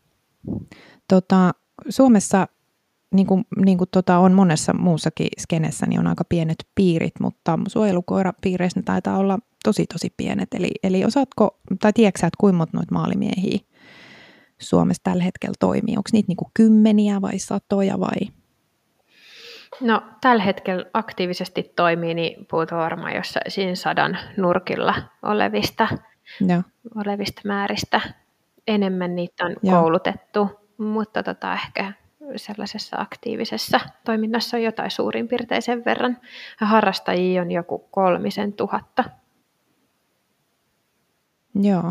B: Suomessa, niin kuin on monessa muussakin skenessä, niin on aika pienet piirit, mutta suojelukoirapiireissä ne taitaa olla tosi pienet. Eli osaatko, tai tiedätkö sä, että kuinka monta noita maalimiehiä Suomessa tällä hetkellä toimii? Onko niitä niinku kymmeniä vai satoja vai?
C: No tällä hetkellä aktiivisesti toimii, niin puhutaan varmaan jossain 100 nurkilla olevista määristä. Enemmän niitä on koulutettu, mutta ehkä sellaisessa aktiivisessa toiminnassa on jotain suurin piirtein sen verran. Harrastajia on joku 3000.
B: Joo.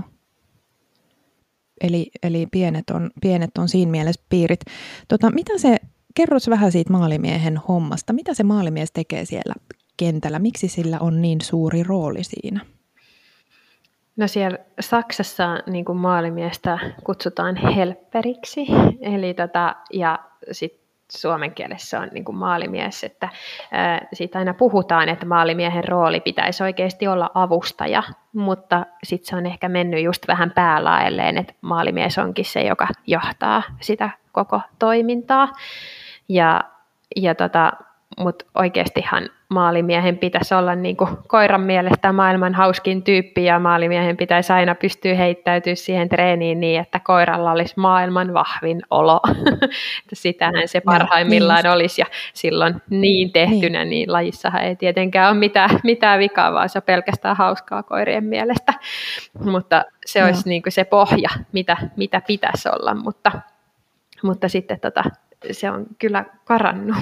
B: Eli pienet on siinä mielessä piirit. Kerros vähän siitä maalimiehen hommasta. Mitä se maalimies tekee siellä kentällä? Miksi sillä on niin suuri rooli siinä?
C: No siellä Saksassa niin kuin maalimiestä kutsutaan helpperiksi, eli ja sitten suomen kielessä on niin kuin maalimies, että siitä aina puhutaan, että maalimiehen rooli pitäisi oikeasti olla avustaja, mutta sitten se on ehkä mennyt just vähän päälaelleen, että maalimies onkin se, joka johtaa sitä koko toimintaa. Mutta oikeastihan maalimiehen pitäisi olla niin kuin koiran mielestä maailman hauskin tyyppi ja maalimiehen pitäisi aina pystyä heittäytyä siihen treeniin niin, että koiralla olisi maailman vahvin olo. Sitähän se parhaimmillaan olisi ja silloin niin tehtynä, niin lajissahan ei tietenkään ole mitään vikaa, vaan se on pelkästään hauskaa koirien mielestä. Mutta se olisi niin kuin se pohja, mitä pitäisi olla, mutta sitten se on kyllä karannut.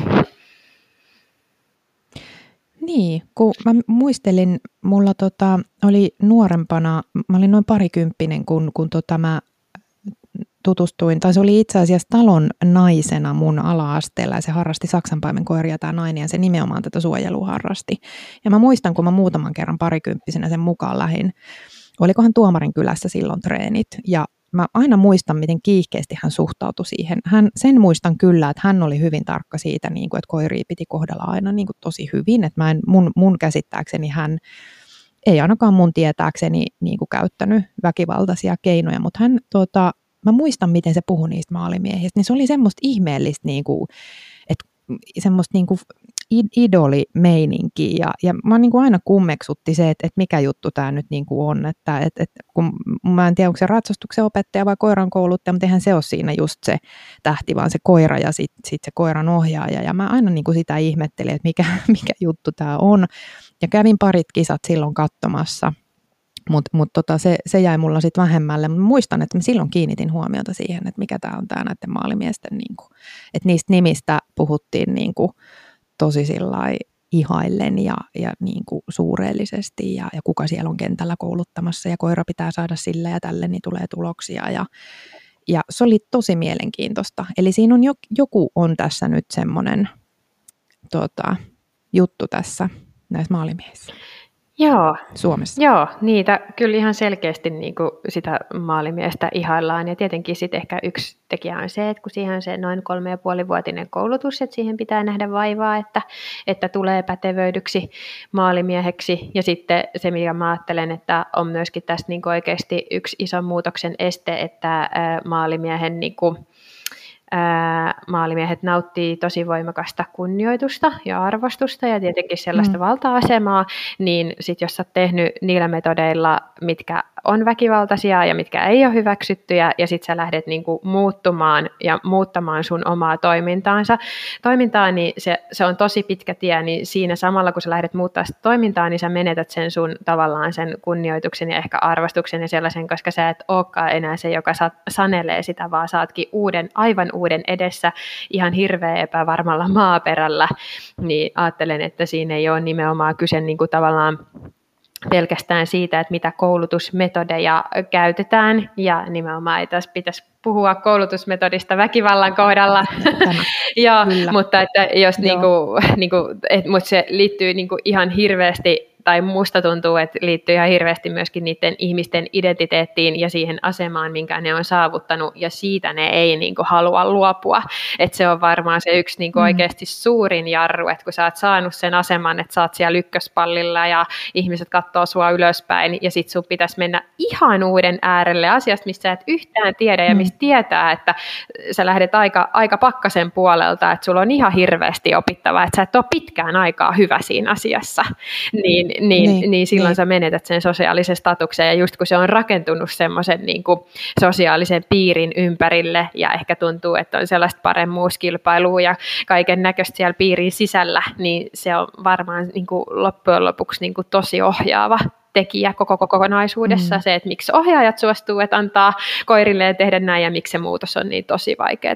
B: Niin, kun mä muistelin, mulla oli nuorempana, mä olin noin parikymppinen, kun mä tutustuin, tai se oli itse asiassa talon naisena mun ala-asteella, ja se harrasti saksanpaimenkoiria tämä nainen, ja se nimenomaan tätä suojelua harrasti. Ja mä muistan, kun mä muutaman kerran parikymppisenä sen mukaan lähdin, olikohan Tuomarin kylässä silloin treenit, ja mä aina muistan, miten kiihkeästi hän suhtautui siihen. Sen muistan kyllä, että hän oli hyvin tarkka siitä, niin kuin, että koiria piti kohdella aina niin kuin tosi hyvin. Että mun käsittääkseni hän ei ainakaan mun tietääkseni niin kuin käyttänyt väkivaltaisia keinoja, mutta hän, mä muistan, miten se puhui niistä maalimiehistä. Niin se oli semmoista ihmeellistä, niin kuin, että semmoista niin kuin idolimeininkiä ja mä niin kuin aina kummeksutti se, että mikä juttu tämä nyt niin kuin on, että kun mä en tiedä, onko se ratsastuksen opettaja vai koiran kouluttaja, mutta eihän se ole siinä just se tähti, vaan se koira ja sit se koiran ohjaaja ja mä aina niin kuin sitä ihmettelin, että mikä juttu tämä on ja kävin parit kisat silloin katsomassa. Mutta se jäi mulla sitten vähemmälle. Mä muistan, että mä silloin kiinnitin huomiota siihen, että mikä tämä on tämä näiden maalimiesten, niinku, että niistä nimistä puhuttiin niinku tosi sillai ihaillen ja niinku suureellisesti ja kuka siellä on kentällä kouluttamassa ja koira pitää saada sillä ja tälle, niin tulee tuloksia ja se oli tosi mielenkiintoista. Eli siinä on joku on tässä nyt semmoinen juttu tässä näissä maalimiehissä.
C: Joo.
B: Suomessa.
C: Joo, niitä kyllä ihan selkeästi niin kuin sitä maalimiestä ihaillaan ja tietenkin sitten ehkä yksi tekijä on se, että kun siihen on se noin 3,5-vuotinen koulutus, että siihen pitää nähdä vaivaa, että tulee pätevöidyksi maalimieheksi ja sitten se, mikä mä ajattelen, että on myöskin tästä niin kuin oikeasti yksi iso muutoksen este, että maalimiehen niin kuin maalimiehet nauttii tosi voimakasta kunnioitusta ja arvostusta ja tietenkin sellaista valta-asemaa, niin sit jos sä oot tehnyt niillä metodeilla, mitkä on väkivaltaisia ja mitkä ei ole hyväksyttyjä, ja sit sä lähdet niinku muuttumaan ja muuttamaan sun omaa toimintaa, niin se on tosi pitkä tie, niin siinä samalla kun sä lähdet muuttaa sitä toimintaa, niin sä menetät sen sun tavallaan sen kunnioituksen ja ehkä arvostuksen ja sellaisen, koska sä et olekaan enää se, joka sanelee sitä, vaan saatkin aivan uuden edessä ihan hirveän epävarmalla maaperällä, niin ajattelen, että siinä ei ole nimenomaan kyse niin kuin tavallaan pelkästään siitä, että mitä koulutusmetodeja käytetään, ja nimenomaan ei tässä pitäisi puhua koulutusmetodista väkivallan kohdalla, ja, mutta että jos mutta se liittyy niinku ihan hirveästi, tai musta tuntuu, että liittyy ihan hirveästi myöskin niiden ihmisten identiteettiin ja siihen asemaan, minkä ne on saavuttanut, ja siitä ne ei niinku halua luopua. Et se on varmaan se yksi niinku oikeasti suurin jarru, että kun sä oot saanut sen aseman, että sä oot siellä ykköspallilla ja ihmiset katsoo sua ylöspäin, ja sit sun pitäisi mennä ihan uuden äärelle asiasta, mistä sä et yhtään tiedä ja mistä tietää, että sä lähdet aika pakkasen puolelta, että sulla on ihan hirveästi opittavaa, että sä et ole pitkään aikaa hyvä siinä asiassa, niin silloin sä menetät sen sosiaalisen statuksen, ja just kun se on rakentunut semmoisen niin kuin sosiaalisen piirin ympärille, ja ehkä tuntuu, että on sellaista paremmuuskilpailua ja kaiken näköistä siellä piirin sisällä, niin se on varmaan niin kuin loppujen lopuksi niin kuin tosi ohjaava tekijä koko kokonaisuudessa, se, että miksi ohjaajat suostuu, että antaa koirilleen tehdä näin, ja miksi se muutos on niin tosi vaikeaa.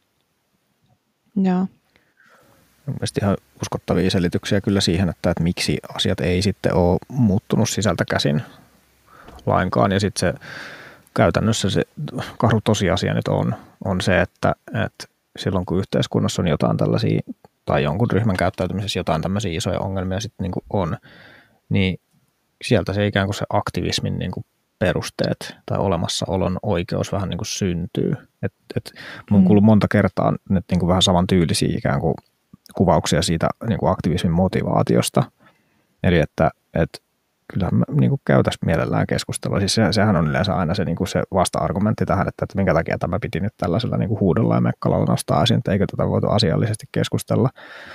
B: Joo.
A: Mielestäni ihan uskottavia selityksiä kyllä siihen, että miksi asiat ei sitten ole muuttunut sisältä käsin lainkaan. Ja sitten se käytännössä se karu tosiasia nyt on se, että silloin kun yhteiskunnassa on jotain tällaisia, tai jonkun ryhmän käyttäytymisessä jotain tämmöisiä isoja ongelmia sitten niin kuin on, niin sieltä se ikään kuin se aktivismin niin kuin perusteet tai olemassaolon oikeus vähän niin kuin syntyy. Mun on kuullut monta kertaa nyt niin kuin vähän samantyylisiä ikään kuin kuvauksia siitä niin kuin aktivismin motivaatiosta. Eli että kyllähän me niin kuin käytäisiin mielellään keskustelua. Siis sehän on yleensä aina se, niin kuin se vasta-argumentti tähän, että minkä takia tämä piti nyt tällaisella niin kuin huudolla ja mekkalalla nostaa esiin, että eikö tätä voitu asiallisesti keskustella.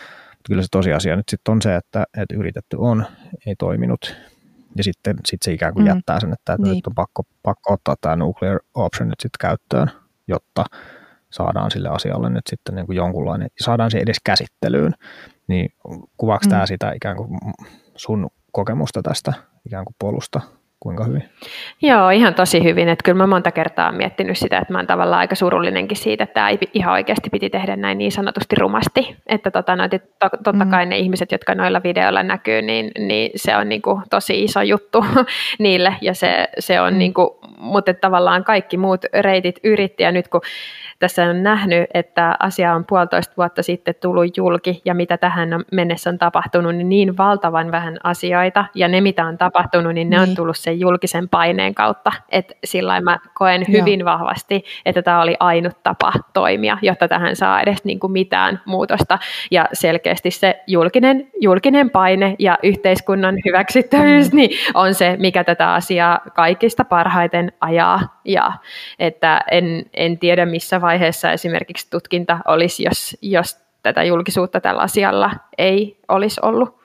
A: kyllä se tosiasia nyt sitten on se, että yritetty on, ei toiminut. Ja sitten se ikään kuin jättää sen, että
B: niin.
A: nyt on pakko ottaa tämä nuclear option nyt sitten käyttöön, jotta saadaan sille asialle nyt sitten niin kuin jonkunlainen, saadaan se edes käsittelyyn. Niin kuvaako tämä sitä ikään kuin sun kokemusta tästä ikään kuin polusta? Kuinka hyvin?
C: Joo, ihan tosi hyvin. Että kyllä mä monta kertaa olen miettinyt sitä, että mä oon tavallaan aika surullinenkin siitä, että tämä ihan oikeasti piti tehdä näin niin sanotusti rumasti. Että totta kai ne ihmiset, jotka noilla videoilla näkyy, niin se on niin kuin tosi iso juttu niille. Ja se on niin kuin, mutta tavallaan kaikki muut reitit yritti. Ja nyt kun tässä on nähnyt, että asia on 1,5 vuotta sitten tullut julki ja mitä tähän mennessä on tapahtunut, niin valtavan vähän asioita. Ja ne, mitä on tapahtunut, niin ne on tullut sen julkisen paineen kautta. Että sillä mä koen hyvin vahvasti, että tämä oli ainut tapa toimia, jotta tähän saa edes niin kuin mitään muutosta. Ja selkeästi se julkinen paine ja yhteiskunnan hyväksyttävyys niin on se, mikä tätä asiaa kaikista parhaiten ajaa. Ja että en tiedä, missä vaiheessa esimerkiksi tutkinta olisi, jos tätä julkisuutta tällä asialla ei olisi ollut.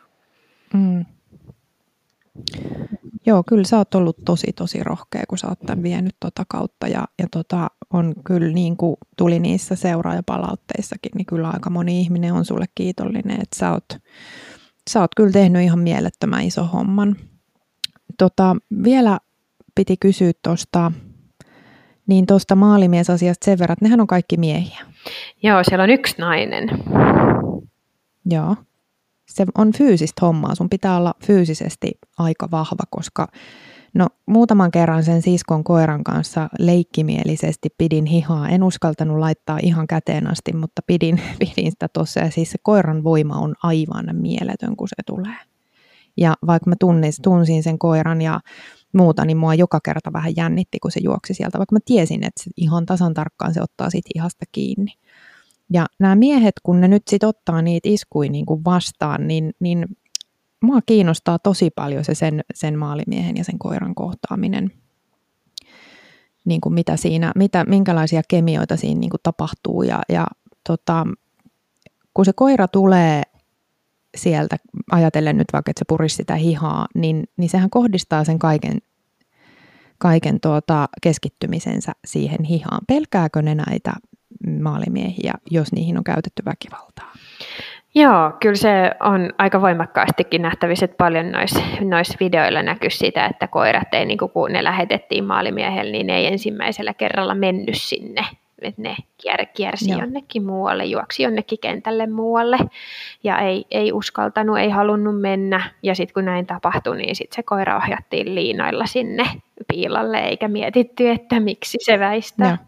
B: Joo, kyllä sä oot ollut tosi rohkea, kun sä oot tämän vienyt kautta ja on kyllä niin kuin tuli niissä seuraajapalautteissakin, niin kyllä aika moni ihminen on sulle kiitollinen, että sä oot kyllä tehnyt ihan mielettömän iso homman. Vielä piti kysyä tuosta maalimiesasiasta sen verran, että nehän on kaikki miehiä.
C: Joo, siellä on yksi nainen.
B: Joo. Se on fyysistä hommaa. Sun pitää olla fyysisesti aika vahva, koska muutaman kerran sen siskon koiran kanssa leikkimielisesti pidin hihaa. En uskaltanut laittaa ihan käteen asti, mutta pidin sitä tuossa. Ja siis se koiran voima on aivan mieletön, kun se tulee. Ja vaikka mä tunsin sen koiran ja muuta, niin mua joka kerta vähän jännitti, kun se juoksi sieltä. Vaikka mä tiesin, että ihan tasan tarkkaan se ottaa sit hihasta kiinni. Ja nämä miehet, kun ne nyt sit ottaa niitä iskuja niin kuin vastaan, niin mua kiinnostaa tosi paljon se sen maalimiehen ja sen koiran kohtaaminen. Niin kuin minkälaisia kemioita siinä niin kuin tapahtuu. Ja kun se koira tulee sieltä, ajatellen nyt vaikka, että se purisi sitä hihaa, niin sehän kohdistaa sen kaiken keskittymisensä siihen hihaan. Pelkääkö ne näitä maalimiehiä, jos niihin on käytetty väkivaltaa?
C: Joo, kyllä se on aika voimakkaastikin nähtävissä, että paljon noissa videoilla näkyy sitä, että koirat ei, niin kun ne lähetettiin maalimiehelle, niin ne ei ensimmäisellä kerralla mennyt sinne. Että ne kiersi jonnekin muualle, juoksi jonnekin kentälle muualle ja ei uskaltanut, ei halunnut mennä. Ja sitten kun näin tapahtui, niin sitten se koira ohjattiin liinoilla sinne piilalle, eikä mietitty, että miksi se väistää.
B: Joo.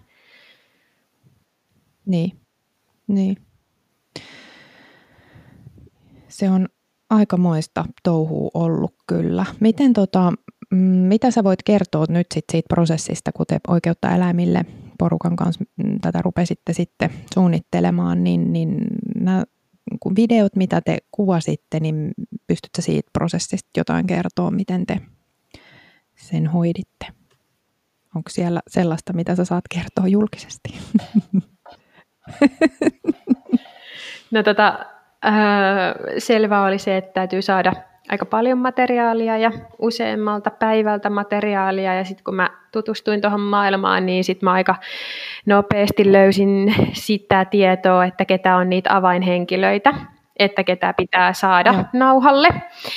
B: Niin. Se on aikamoista touhua ollut kyllä. Miten mitä sä voit kertoa nyt siitä prosessista, kun te Oikeutta eläimille porukan kanssa tätä rupesitte sitten suunnittelemaan, niin nämä videot, mitä te kuvasitte, niin pystytkö siitä prosessista jotain kertoa, miten te sen hoiditte? Onko siellä sellaista, mitä sä saat kertoa julkisesti?
C: No selvä oli se, että täytyy saada aika paljon materiaalia ja useammalta päivältä materiaalia. Ja sitten kun mä tutustuin tuohon maailmaan, niin sitten mä aika nopeasti löysin sitä tietoa, että ketä on niitä avainhenkilöitä, että ketä pitää saada nauhalle.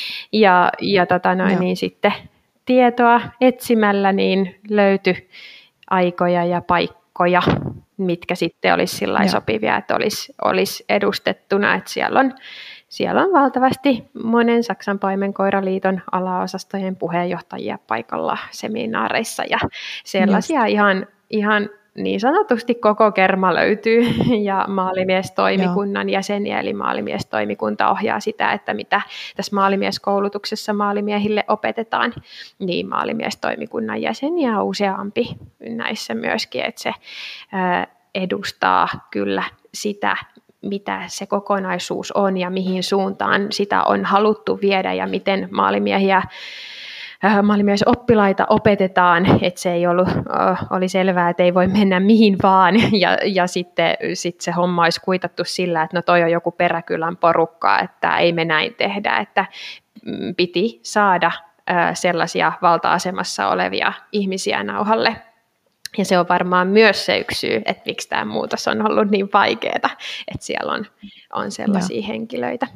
C: Niin sitten tietoa etsimällä niin löytyi aikoja ja paikkoja, mitkä sitten olisi sopivia, että olisi edustettuna, että siellä on valtavasti monen Saksan paimenkoiraliiton alaosastojen puheenjohtajia paikalla seminaareissa ja sellaisia ihan niin sanotusti koko kerma löytyy ja maalimiestoimikunnan jäseniä, eli maalimiestoimikunta ohjaa sitä, että mitä tässä maalimieskoulutuksessa maalimiehille opetetaan, niin maalimiestoimikunnan jäseniä on useampi näissä myöskin, että se edustaa kyllä sitä, mitä se kokonaisuus on ja mihin suuntaan sitä on haluttu viedä ja miten maalimiehiä maalimies-oppilaita opetetaan, että se ei oli selvää, että ei voi mennä mihin vaan, ja sitten se homma olisi kuitattu sillä, että no toi on joku peräkylän porukka, että ei me näin tehdä, että piti saada sellaisia valta-asemassa olevia ihmisiä nauhalle. Ja se on varmaan myös se yksi syy, että miksi tämä muutos on ollut niin vaikeaa, että siellä on sellaisia henkilöitä.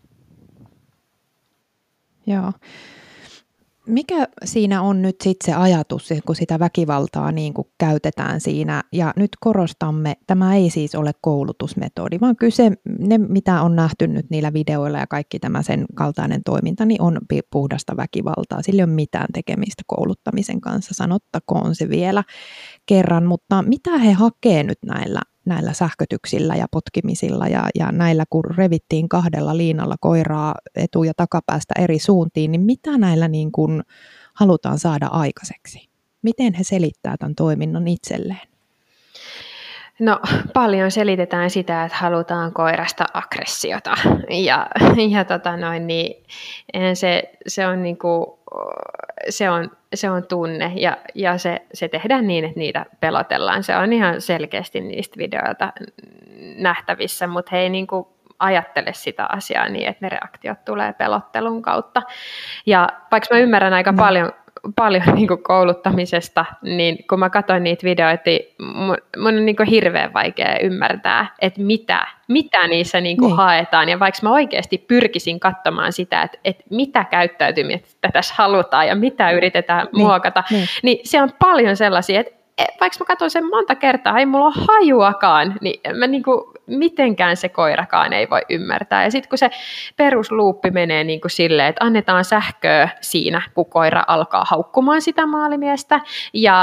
B: Joo. Mikä siinä on nyt sitten se ajatus, kun sitä väkivaltaa niin kuin käytetään siinä, ja nyt korostamme, tämä ei siis ole koulutusmetodi, vaan kyse, ne mitä on nähty nyt niillä videoilla ja kaikki tämä sen kaltainen toiminta, niin on puhdasta väkivaltaa. Sillä ei ole mitään tekemistä kouluttamisen kanssa, sanottakoon se vielä kerran, mutta mitä he hakee nyt näillä sähkötyksillä ja potkimisilla ja näillä, kun revittiin 2 liinalla koiraa etu- ja takapäästä eri suuntiin, niin mitä näillä niin kuin halutaan saada aikaiseksi? Miten he selittää tämän toiminnan itselleen?
C: No paljon selitetään sitä, että halutaan koirasta aggressiota ja niin, se on niinku, se on tunne ja se tehdään niin, että niitä pelotellaan. Se on ihan selkeästi niistä videoilta nähtävissä, mutta he ei niinku ajattele sitä asiaa niin, että ne reaktiot tulee pelottelun kautta. Ja vaikka mä ymmärrän aika paljon niin kuin kouluttamisesta, niin kun mä katsoin niitä videoita, mun on niin kuin hirveän vaikea ymmärtää, että mitä niissä niin kuin haetaan. Ja vaikka mä oikeasti pyrkisin katsomaan sitä, että mitä käyttäytymistä tässä halutaan ja mitä yritetään muokata, niin siellä on paljon sellaisia, että vaikka mä katson sen monta kertaa, ei mulla ole hajuakaan, niin mä niinku, mitenkään se koirakaan ei voi ymmärtää. Ja sitten kun se perusluuppi menee niinku silleen, että annetaan sähköä siinä, kun koira alkaa haukkumaan sitä maalimiestä, ja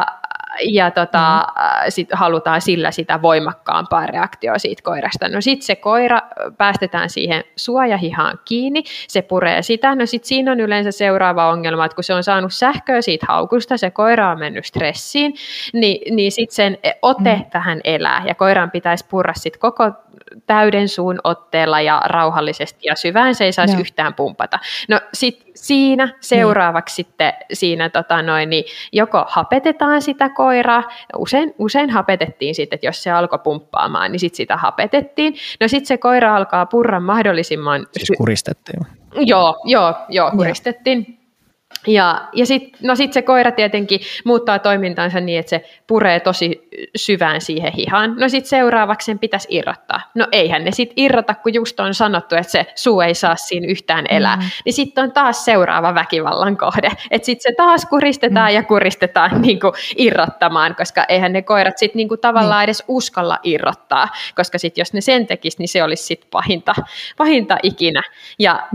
C: sit halutaan sillä sitä voimakkaampaa reaktioa siitä koirasta. No sitten se koira päästetään siihen suojahihaan kiinni, se puree sitä. No sitten siinä on yleensä seuraava ongelma, että kun se on saanut sähköä siitä haukusta, se koira on mennyt stressiin, niin sitten sen ote vähän elää, ja koiran pitäisi purra sitten koko täyden suun otteella ja rauhallisesti ja syvään, se ei saisi yhtään pumpata. No sitten siinä seuraavaksi sitten siinä niin joko hapetetaan sitä koiraa, usein hapetettiin sitten, että jos se alkoi pumppaamaan, niin sitten sitä hapetettiin. No sitten se koira alkaa purra mahdollisimman...
A: Siis kuristettiin?
C: Joo, kuristettiin. Ja sitten se koira tietenkin muuttaa toimintansa niin, että se puree tosi syvään siihen hihaan. No sitten seuraavaksi sen pitäisi irrottaa. No eihän ne sitten irrota, kun just on sanottu, että se suu ei saa siinä yhtään elää. Niin sitten on taas seuraava väkivallan kohde. Että sitten se taas kuristetaan ja kuristetaan niinku irrottamaan, koska eihän ne koirat sitten niinku tavallaan edes uskalla irrottaa. Koska sitten jos ne sen tekisi, niin se olisi sitten pahinta ikinä. Ja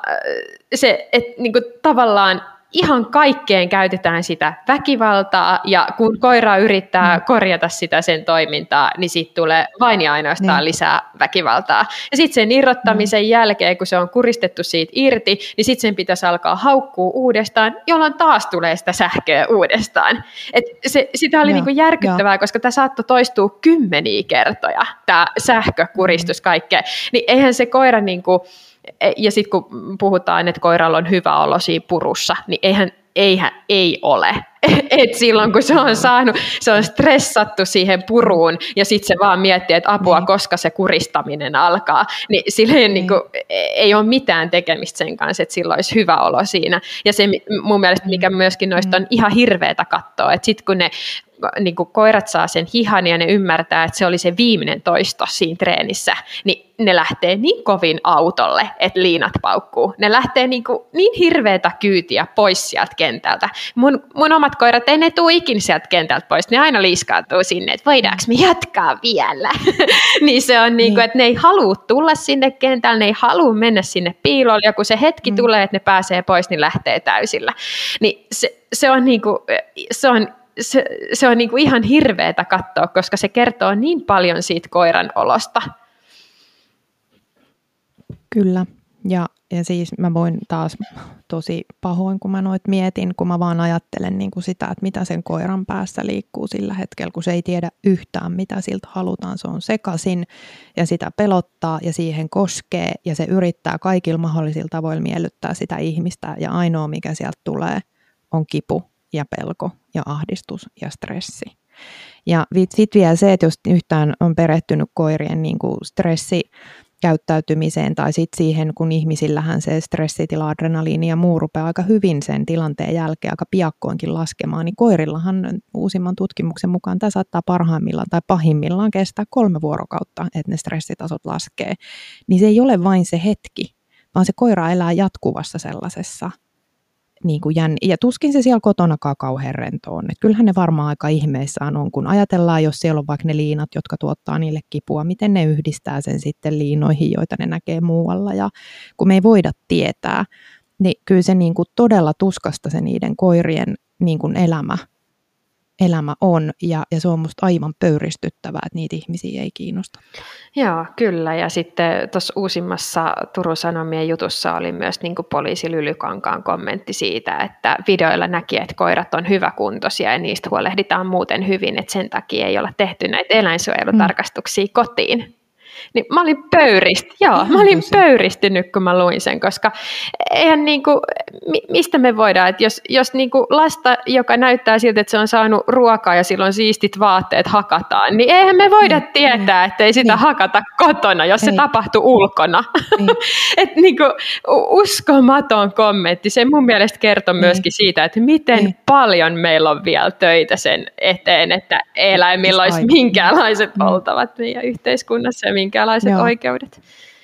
C: se, että niinku tavallaan ihan kaikkeen käytetään sitä väkivaltaa, ja kun koira yrittää korjata sitä sen toimintaa, niin siitä tulee vain ja ainoastaan lisää väkivaltaa. Ja sitten sen irrottamisen jälkeen, kun se on kuristettu siitä irti, niin sitten sen pitäisi alkaa haukkua uudestaan, jolloin taas tulee sitä sähköä uudestaan. Sitä oli niinku järkyttävää, koska tämä saattoi toistua 10 kertoja, tämä sähkökuristus kaikkea. Niin eihän se koira... Ja sitten kun puhutaan, että koiralla on hyvä olo siinä purussa, niin ei ole. Et silloin kun se on stressattu siihen puruun ja sitten se vaan miettii, että apua, koska se kuristaminen alkaa, niin silleen ei ole mitään tekemistä sen kanssa, että sillä olisi hyvä olo siinä. Ja se mun mielestä, mikä myöskin noista on ihan hirveätä katsoa, että sitten kun ne koirat saa sen hihan ja ne ymmärtää, että se oli se viimeinen toisto siinä treenissä, niin ne lähtee niin kovin autolle, että liinat paukkuu. Ne lähtee niin hirveätä kyytiä pois sieltä kentältä. Mun omat koirat, ei ne tule ikinä sieltä kentältä pois, ne aina liiskautuu sinne, että voidaanko me jatkaa vielä. Niin se on että ne ei halua tulla sinne kentälle, ne ei halua mennä sinne piilolle, ja kun se hetki tulee, että ne pääsee pois, niin lähtee täysillä. Niin se on ihan hirveätä katsoa, koska se kertoo niin paljon siitä koiran olosta.
B: Kyllä, ja siis mä voin taas tosi pahoin, kun mä noit mietin, kun mä vaan ajattelen niin kuin sitä, että mitä sen koiran päässä liikkuu sillä hetkellä, kun se ei tiedä yhtään, mitä siltä halutaan. Se on sekaisin ja sitä pelottaa ja siihen koskee ja se yrittää kaikilla mahdollisilla tavoilla miellyttää sitä ihmistä, ja ainoa mikä sieltä tulee on kipu ja pelko ja ahdistus ja stressi. Ja sitten vielä se, että jos yhtään on perehtynyt koirien niin kuin stressikäyttäytymiseen tai sitten siihen, kun ihmisillähän se stressitila, adrenaliini ja muu rupeaa aika hyvin sen tilanteen jälkeen aika piakkoinkin laskemaan, niin koirillahan uusimman tutkimuksen mukaan tämä saattaa parhaimmillaan tai pahimmillaan kestää 3 vuorokautta, että ne stressitasot laskee. Niin se ei ole vain se hetki, vaan se koira elää jatkuvassa sellaisessa niin kuin ja tuskin se siellä kotonakaan kauhean rento on. Et kyllähän ne varmaan aika ihmeissään on, kun ajatellaan, jos siellä on vaikka ne liinat, jotka tuottaa niille kipua, miten ne yhdistää sen sitten liinoihin, joita ne näkee muualla. Ja kun me ei voida tietää, niin kyllä se niin kuin todella tuskasta se niiden koirien niin kuin elämä on, ja se on musta aivan pöyristyttävää, että niitä ihmisiä ei kiinnosta.
C: Joo, kyllä. Ja sitten tuossa uusimmassa Turun Sanomien jutussa oli myös niin kuin poliisi Lylykankaan kommentti siitä, että videoilla näki, että koirat on hyväkuntoisia ja niistä huolehditaan muuten hyvin, että sen takia ei olla tehty näitä eläinsuojelutarkastuksia kotiin. Niin mä olin pöyristynyt, kun mä luin sen, koska eihän niinku, mistä me voidaan, että jos niinku lasta, joka näyttää siltä, että se on saanut ruokaa ja sillä on siistit vaatteet, hakataan, niin eihän me voida tietää, että ei sitä hakata kotona, jos se tapahtuu ulkona. Et niinku, uskomaton kommentti. Se mun mielestä kertoo myöskin siitä, että miten paljon meillä on vielä töitä sen eteen, että eläimillä olisi minkäänlaiset oltavat meidän yhteiskunnassa ja minkälaiset oikeudet.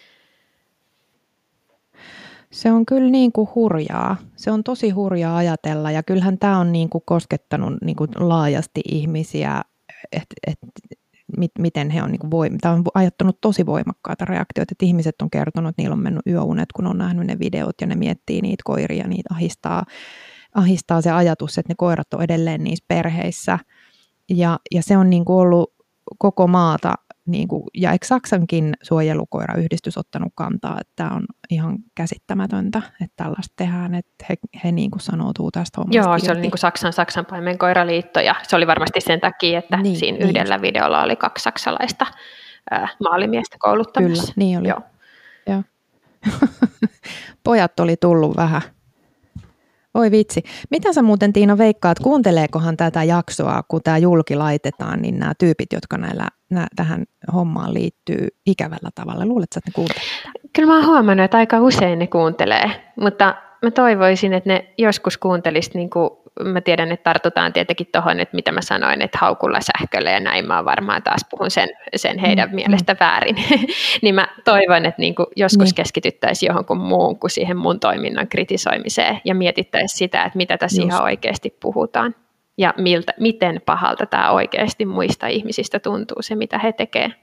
B: Se on kyllä niin kuin hurjaa. Se on tosi hurjaa ajatella, ja kyllähän tämä on niin kuin koskettanut niin kuin laajasti ihmisiä, että miten he on, niin kuin tämä on aiheuttanut tosi voimakkaita reaktioita, että ihmiset on kertonut, että niillä on mennyt yöunet, kun on nähnyt ne videot ja ne miettii niitä koiria, niitä ahistaa se ajatus, että ne koirat on edelleen niissä perheissä, ja se on niin kuin ollut koko maata. Niin kuin, ja eikö Saksankin suojelukoirayhdistys ottanut kantaa, että tämä on ihan käsittämätöntä, että tällaista tehdään, että he niin kuin sanoutuu tästä hommasta.
C: Joo, se oli niin kuin Saksan paimenkoiraliitto, ja se oli varmasti sen takia, että siinä yhdellä videolla oli 2 saksalaista maalimiestä kouluttamassa.
B: Kyllä, niin oli. Joo. Pojat oli tullut vähän. Oi vitsi. Mitä sä muuten, Tiina, veikkaat, kuunteleekohan tätä jaksoa, kun tämä julki laitetaan, niin nämä tyypit, jotka tähän hommaan liittyy ikävällä tavalla, luuletko, että ne kuuntelee?
C: Kyllä mä oon huomannut, että aika usein ne kuuntelee, mutta mä toivoisin, että ne joskus kuuntelisivat, niin kuin mä tiedän, että tartutaan tietenkin tuohon, että mitä mä sanoin, että haukulla sähköllä ja näin, mä varmaan taas puhun sen heidän mielestä väärin, niin mä toivon, että niin kuin joskus keskityttäisiin johonkin muuhun kuin siihen mun toiminnan kritisoimiseen ja mietittäisiin sitä, että mitä tässä ihan oikeasti puhutaan ja miten pahalta tämä oikeasti muista ihmisistä tuntuu se, mitä he tekevät.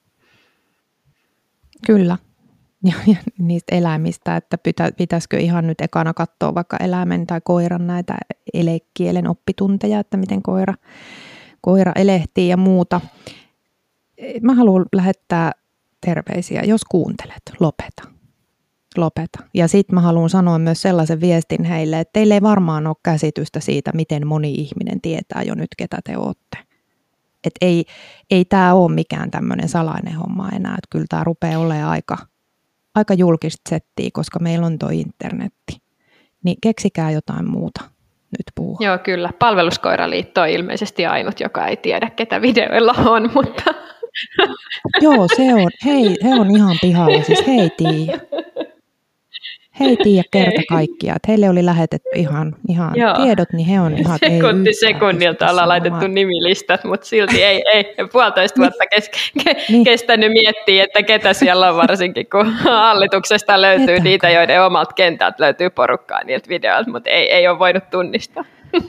B: Kyllä. Ja niistä eläimistä, että pitäisikö ihan nyt ekana katsoa vaikka eläimen tai koiran näitä elekielen oppitunteja, että miten koira elehtii ja muuta. Mä haluan lähettää terveisiä, jos kuuntelet, lopeta. Ja sitten mä haluan sanoa myös sellaisen viestin heille, että teille ei varmaan ole käsitystä siitä, miten moni ihminen tietää jo nyt, ketä te ootte. Että ei tämä ole mikään tämmöinen salainen homma enää, että kyllä tämä rupeaa olemaan aika julkista settiä, koska meillä on tuo internetti. Niin keksikää jotain muuta nyt puhua.
C: Joo, kyllä. Palveluskoiraliitto on ilmeisesti ainut, joka ei tiedä, ketä videoilla on, mutta...
B: Joo, se on. He on ihan pihalla, siis he ei tiedä. He ei tiedä kerta kaikkiaan. Heille oli lähetetty ihan tiedot, niin he on ihan...
C: Sekunti sekunnilta ollaan laitettu nimilistat, mutta silti ei 1,5 vuotta kestänyt miettiä, että ketä siellä on, varsinkin kun hallituksesta löytyy niitä, joiden omalta kentältä löytyy porukkaa niiltä videoilta, mutta ei ole voinut tunnistaa.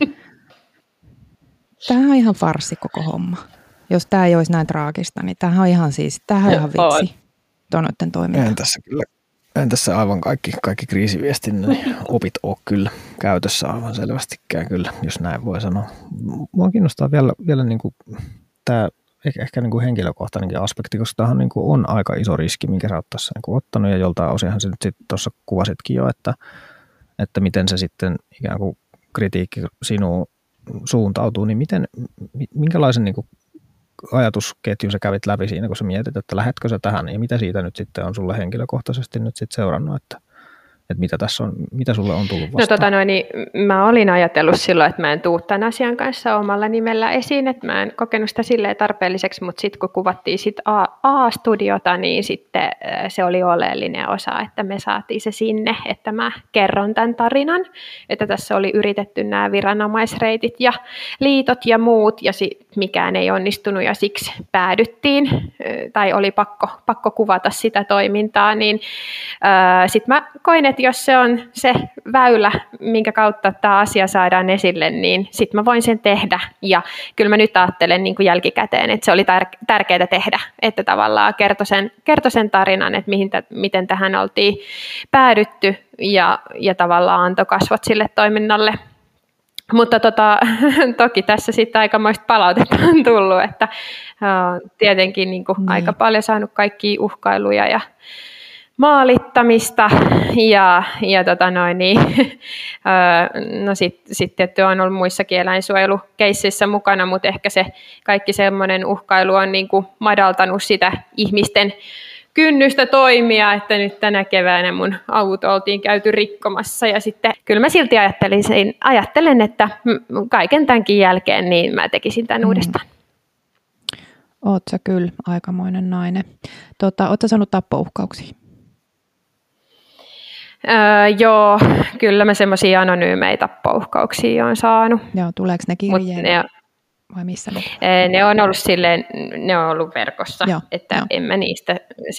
B: Tämä on ihan farssi koko homma. Jos tämä ei olisi näin traagista, niin tämähän on ihan vitsi. Noiden toiminta.
A: En tässä aivan kaikki kriisiviestinnän opit ole kyllä käytössä aivan selvästikään kyllä, jos näin voi sanoa. Mua kiinnostaa vielä niin kuin tämä ehkä niin kuin henkilökohtainenkin aspekti, koska tämähän niin kuin on aika iso riski, minkä sä oot tässä niin kuin ottanut, ja joltain osinhan se nyt sitten tuossa kuvasitkin jo, että miten se sitten ikään kuin kritiikki sinuun suuntautuu, niin minkälaisen niin kuin ajatusketjun sä kävit läpi siinä, kun sä mietit, että lähdetkö sä tähän ja mitä siitä nyt sitten on sulle henkilökohtaisesti nyt sitten seurannut, että mitä tässä on, mitä sulle on tullut vastaan?
C: No niin, mä olin ajatellut silloin, että mä en tuu tämän asian kanssa omalla nimellä esiin, että mä en kokenut sitä silleen tarpeelliseksi, mutta sitten kun kuvattiin sit A-studiota, niin sitten se oli oleellinen osa, että me saatiin se sinne, että mä kerron tämän tarinan, että tässä oli yritetty nämä viranomaisreitit ja liitot ja muut, ja mikään ei onnistunut, ja siksi päädyttiin, tai oli pakko kuvata sitä toimintaa, niin sitten mä koin, että jos se on se väylä, minkä kautta tämä asia saadaan esille, niin sitten mä voin sen tehdä. Ja kyllä mä nyt ajattelen niin kuin jälkikäteen, että se oli tärkeää tehdä, että tavallaan kertoi sen tarinan, että miten tähän oltiin päädytty ja tavallaan antoi kasvot sille toiminnalle. Mutta toki tässä sitten aikamoista palautetta on tullut, että tietenkin niin kuin aika paljon saanut kaikkia uhkailuja ja maalittamista ja no sitten on ollut muissakin eläinsuojelukeisseissä mukana, mutta ehkä se kaikki semmoinen uhkailu on niin kuin madaltanut sitä ihmisten kynnystä toimia, että nyt tänä keväänä mun auto oltiin käyty rikkomassa ja sitten kyllä mä silti ajattelen, että kaiken tämänkin jälkeen niin mä tekisin tämän uudestaan.
B: Oot sä kyllä aikamoinen nainen. Oot sä saanut tappouhkauksia?
C: Joo, kyllä mä semmoisia anonyymejä tappouhkauksia olen saanut.
B: Joo, tuleeko ne kirjeen vai missä ne?
C: Ne on ollut silleen, ne on ollut verkossa,
B: joo,
C: että en mä niistä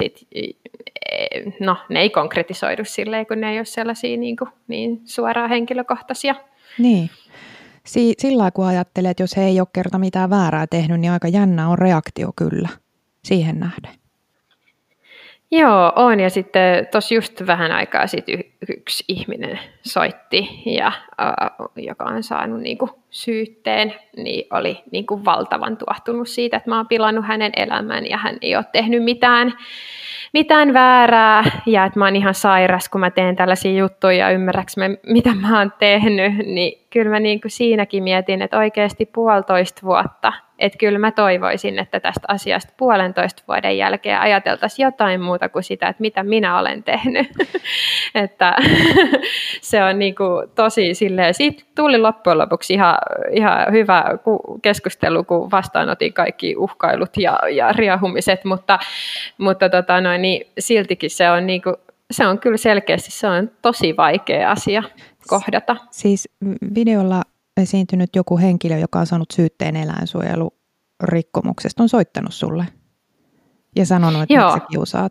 C: ne ei konkretisoidu silleen, kun ne ei ole sellaisia niin suoraan henkilökohtaisia.
B: Niin. Sillä lailla kun ajattelee, että jos he ei ole kerta mitään väärää tehnyt, niin aika jännä on reaktio kyllä siihen nähden.
C: Joo, on. Ja sitten tuossa just vähän aikaa sitten yksi ihminen soitti, joka on saanut syytteen, niin oli valtavan tuohtunut siitä, että mä oon pilannut hänen elämän ja hän ei ole tehnyt mitään väärää ja että mä oon ihan sairas, kun mä teen tällaisia juttuja ja ymmärräks mä, mitä mä oon tehnyt, niin kyllä mä siinäkin mietin, että oikeasti 1,5 vuotta, että kyllä mä toivoisin, että tästä asiasta 1,5 vuoden jälkeen ajateltaisiin jotain muuta kuin sitä, että mitä minä olen tehnyt. Että se on tosi silleen, siitä tuli loppujen lopuksi ihan hyvä keskustelu, kun vastaanotin kaikki uhkailut ja riehumiset, mutta niin siltikin se on kyllä selkeästi se on tosi vaikea asia kohdata.
B: Siis videolla esiintynyt joku henkilö, joka on saanut syytteen eläinsuojelurikkomuksesta, on soittanut sulle ja sanonut, että miksi sä kiusaat.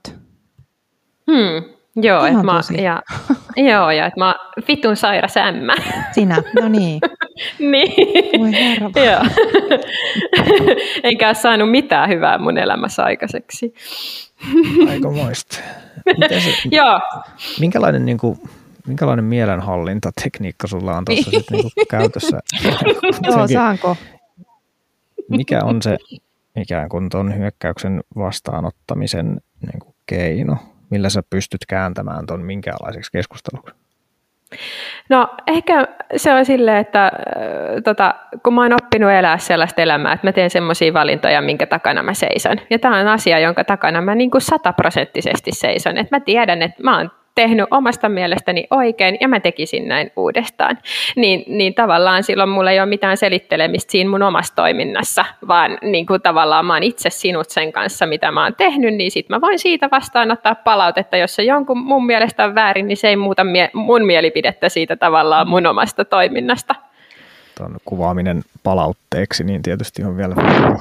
C: Joo, että että mä vitun sairas ämmä.
B: Sinä, no niin.
C: Niin.
B: Voi herra.
C: Joo. Enkä ole saanut mitään hyvää mun elämässä aikaiseksi.
A: Aikamoista.
C: Joo.
A: Minkälainen mielenhallintatekniikka sulla on tuossa käytössä?
B: Joo, saanko?
A: Mikä on se ikään kuin tuon hyökkäyksen vastaanottamisen keino? Millä sä pystyt kääntämään tuon minkäänlaiseksi keskusteluksi?
C: No ehkä se on silleen, että kun mä oon oppinut elää sellaista elämää, että mä teen semmoisia valintoja, minkä takana mä seison. Ja tämä on asia, jonka takana mä 100% seison. Että mä tiedän, että mä oon tehnyt omasta mielestäni oikein ja mä tekisin näin uudestaan. Niin tavallaan silloin mulla ei ole mitään selittelemistä siinä mun omassa toiminnassa, vaan tavallaan mä oon itse sinut sen kanssa, mitä mä oon tehnyt, niin sit mä voin siitä vastaanottaa palautetta. Jos se jonkun mun mielestä on väärin, niin se ei muuta mun mielipidettä siitä tavallaan mun omasta toiminnasta.
A: Tuon kuvaaminen palautteeksi, niin tietysti on vielä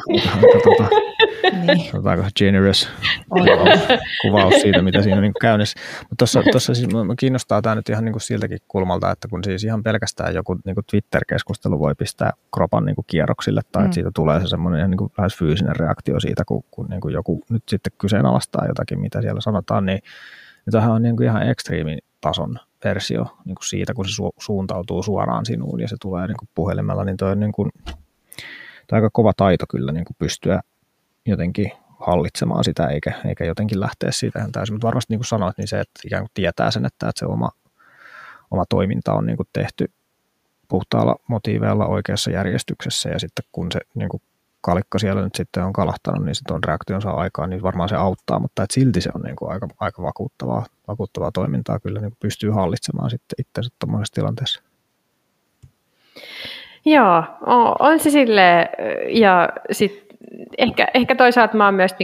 A: generous kuvaus siitä, mitä siinä on käynnissä. Mutta tuossa siis kiinnostaa tämä nyt ihan siltäkin kulmalta, että kun siis ihan pelkästään joku Twitter-keskustelu voi pistää kropan kierroksille, tai että siitä tulee se semmoinen ihan lähes fyysinen reaktio siitä, kun joku nyt sitten kyseenalaistaa jotakin, mitä siellä sanotaan, niin tämähän on ihan ekstriimitason versio siitä, kun se suuntautuu suoraan sinuun ja se tulee puhelimella, niin toi on aika kova taito kyllä pystyä jotenkin hallitsemaan sitä, eikä jotenkin lähteä siitä ihan täysin. Mutta varmasti niin kuin sanoit, niin se, että ikään kuin tietää sen, että se oma toiminta on tehty puhtaalla motiiveilla oikeassa järjestyksessä, ja sitten kun se kalikka siellä nyt sitten on kalahtanut, niin se tuon reaktion saa aikaan, niin varmaan se auttaa, mutta et silti se on niin kuin aika vakuuttavaa toimintaa, kyllä niin kuin pystyy hallitsemaan sitten itsensä tuollaisessa tilanteessa.
C: Joo, on se silleen, ja sitten ehkä toisaalta mä oon myös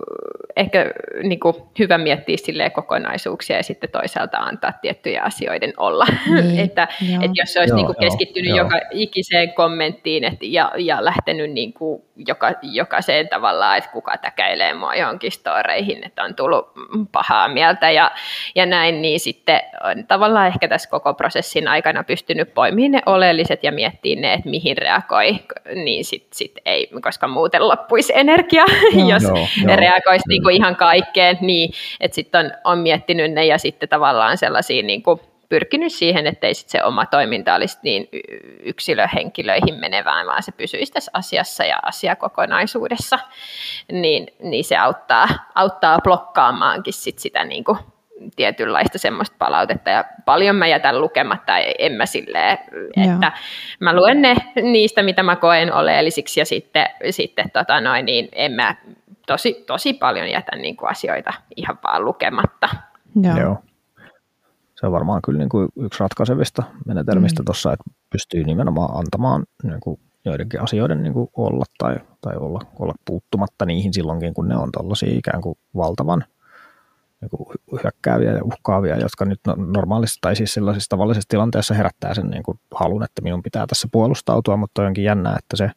C: hyvä miettiä silleen kokonaisuuksia ja sitten toisaalta antaa tiettyjä asioiden olla.
B: Niin,
C: että jos se olisi keskittynyt joka ikiseen kommenttiin ja lähtenyt jokaiseen tavallaan, että kuka täkäilee mua johonkin storeihin, että on tullut pahaa mieltä ja näin, niin sitten on tavallaan ehkä tässä koko prosessin aikana pystynyt poimimaan ne oleelliset ja miettimään ne, että mihin reagoi, niin sit ei, koska muuten loppuisi energia, jos reagoisi niin kuin ihan kaikkeen, niin että sitten on miettinyt ne ja sitten tavallaan sellaisia niin kuin pyrkinyt siihen, ettei sit se oma toiminta olisi niin yksilöhenkilöihin menevää, vaan se pysyisi tässä asiassa ja asiakokonaisuudessa, niin se auttaa blokkaamaankin sitä niin kuin tietynlaista semmoista palautetta, ja paljon mä jätän lukematta, en mä silleen, että mä luen ne niistä, mitä mä koen oleellisiksi, ja sitten niin en mä tosi paljon jätän niin kuin asioita ihan vaan lukematta.
A: Joo. Se on varmaan kyllä niin kuin yksi ratkaisevista menetelmistä tuossa, että pystyy nimenomaan antamaan niin kuin joidenkin asioiden niin kuin olla tai olla puuttumatta niihin silloinkin, kun ne on tuollaisia ikään kuin valtavan niin kuin hyökkääviä ja uhkaavia, jotka nyt normaalisti tai siis sellaisessa tavallisessa tilanteessa herättää sen niin kuin halun, että minun pitää tässä puolustautua, mutta onkin jännää, että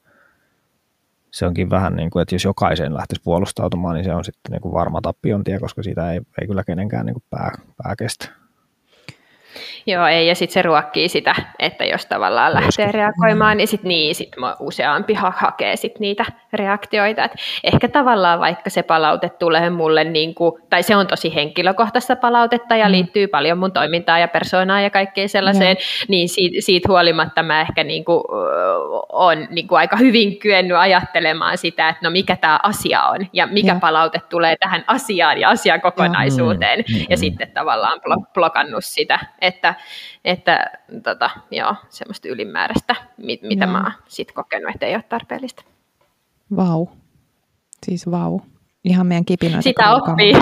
A: se onkin vähän niin kuin, että jos jokaisen lähtisi puolustautumaan, niin se on sitten niin kuin varma tappion tie, koska siitä ei kyllä kenenkään niin kuin pää kestä.
C: Joo, ei, ja sitten se ruokkii sitä, että jos tavallaan lähtee reagoimaan, niin sitten useampi hakee sit niitä reaktioita. Et ehkä tavallaan vaikka se palaute tulee mulle, tai se on tosi henkilökohtaista palautetta ja liittyy paljon mun toimintaan ja persoonaan ja kaikkeen sellaiseen, niin siitä huolimatta mä ehkä on aika hyvin kyennyt ajattelemaan sitä, että no mikä tämä asia on ja mikä palaute tulee tähän asiaan ja asiakokonaisuuteen ja sitten tavallaan blokannut sitä, että semmoista ylimääräistä, mitä mä oon sitten kokenut, että ei ole tarpeellista.
B: Vau. Siis vau. Ihan meidän kipinöitä.
C: Sitä oppii.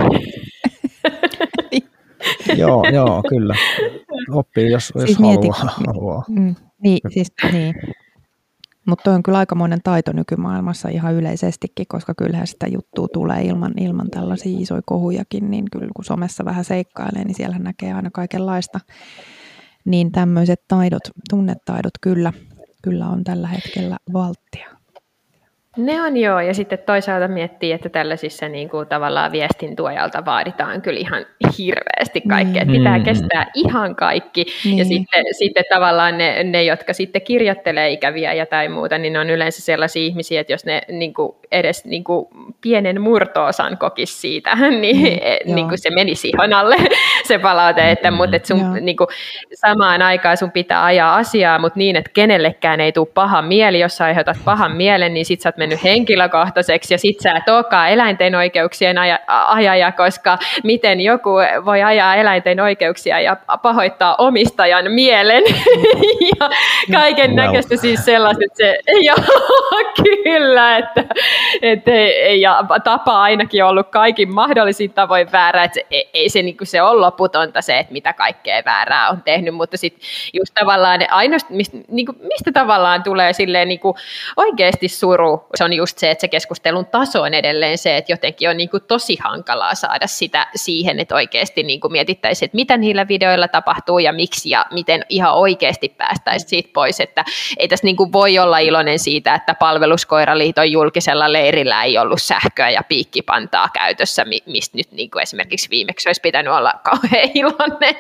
A: Joo, kyllä. Oppii, jos siis haluaa.
B: Niin. Mutta toi on kyllä aikamoinen taito nykymaailmassa ihan yleisestikin, koska kyllähän sitä juttua tulee ilman tällaisia isoja kohujakin, niin kyllä kun somessa vähän seikkailee, niin siellä näkee aina kaikenlaista. Niin tämmöiset tunnetaidot kyllä on tällä hetkellä valttia.
C: Ne on joo, ja sitten toisaalta miettii, että tällaisissa tavallaan viestintuojalta vaaditaan kyllä ihan hirveästi kaikkea, että pitää kestää ihan kaikki, ja sitten tavallaan ne, jotka sitten kirjoittelee ikäviä ja tai muuta, niin ne on yleensä sellaisia ihmisiä, että jos ne edes pienen murto-osan kokisi siitä, niin se menisi ihon alle se palaute, mutta et sun samaan aikaan sun pitää ajaa asiaa, mutta niin, että kenellekään ei tule paha mieli, jos sä aiheutat pahan mielen, niin sit sä oot mennyt henkilökohtaiseksi ja sit sä et olekaan eläinten oikeuksien ajaja, koska miten joku voi ajaa eläinten oikeuksia ja pahoittaa omistajan mielen ja kaiken näköistä siis sellaista, että se kyllä, ja tapa ainakin ollut kaikin mahdollisin tavoin väärä, että ei se ole loputonta se, että mitä kaikkea väärää on tehnyt, mutta sitten just tavallaan mistä tavallaan tulee silleen oikeasti suru, se on just se, että se keskustelun taso on edelleen se, että jotenkin on tosi hankalaa saada sitä siihen, että oikeasti mietittäisiin, että mitä niillä videoilla tapahtuu ja miksi ja miten ihan oikeasti päästäisiin siitä pois, että ei tässä voi olla iloinen siitä, että Palveluskoiraliiton julkisella leirillä ei ollut sähköä ja piikkipantaa käytössä, mistä nyt esimerkiksi viimeksi olisi pitänyt olla kauhean iloinen,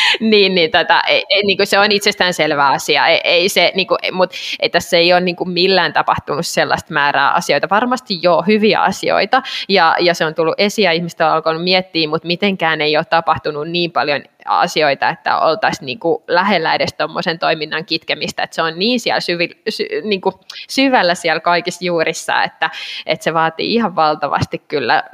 C: se on itsestäänselvä asia, mutta tässä ei ole millään tapahtunut sellaista määrää asioita, varmasti hyviä asioita, ja se on tullut esiin ja ihmiset on alkanut miettiä, mutta mitenkään ei ole tapahtunut niin paljon asioita, että oltaisiin lähellä edes tuommoisen toiminnan kitkemistä, että se on niin siellä syvällä siellä kaikissa juurissa, että se vaatii ihan valtavasti kyllä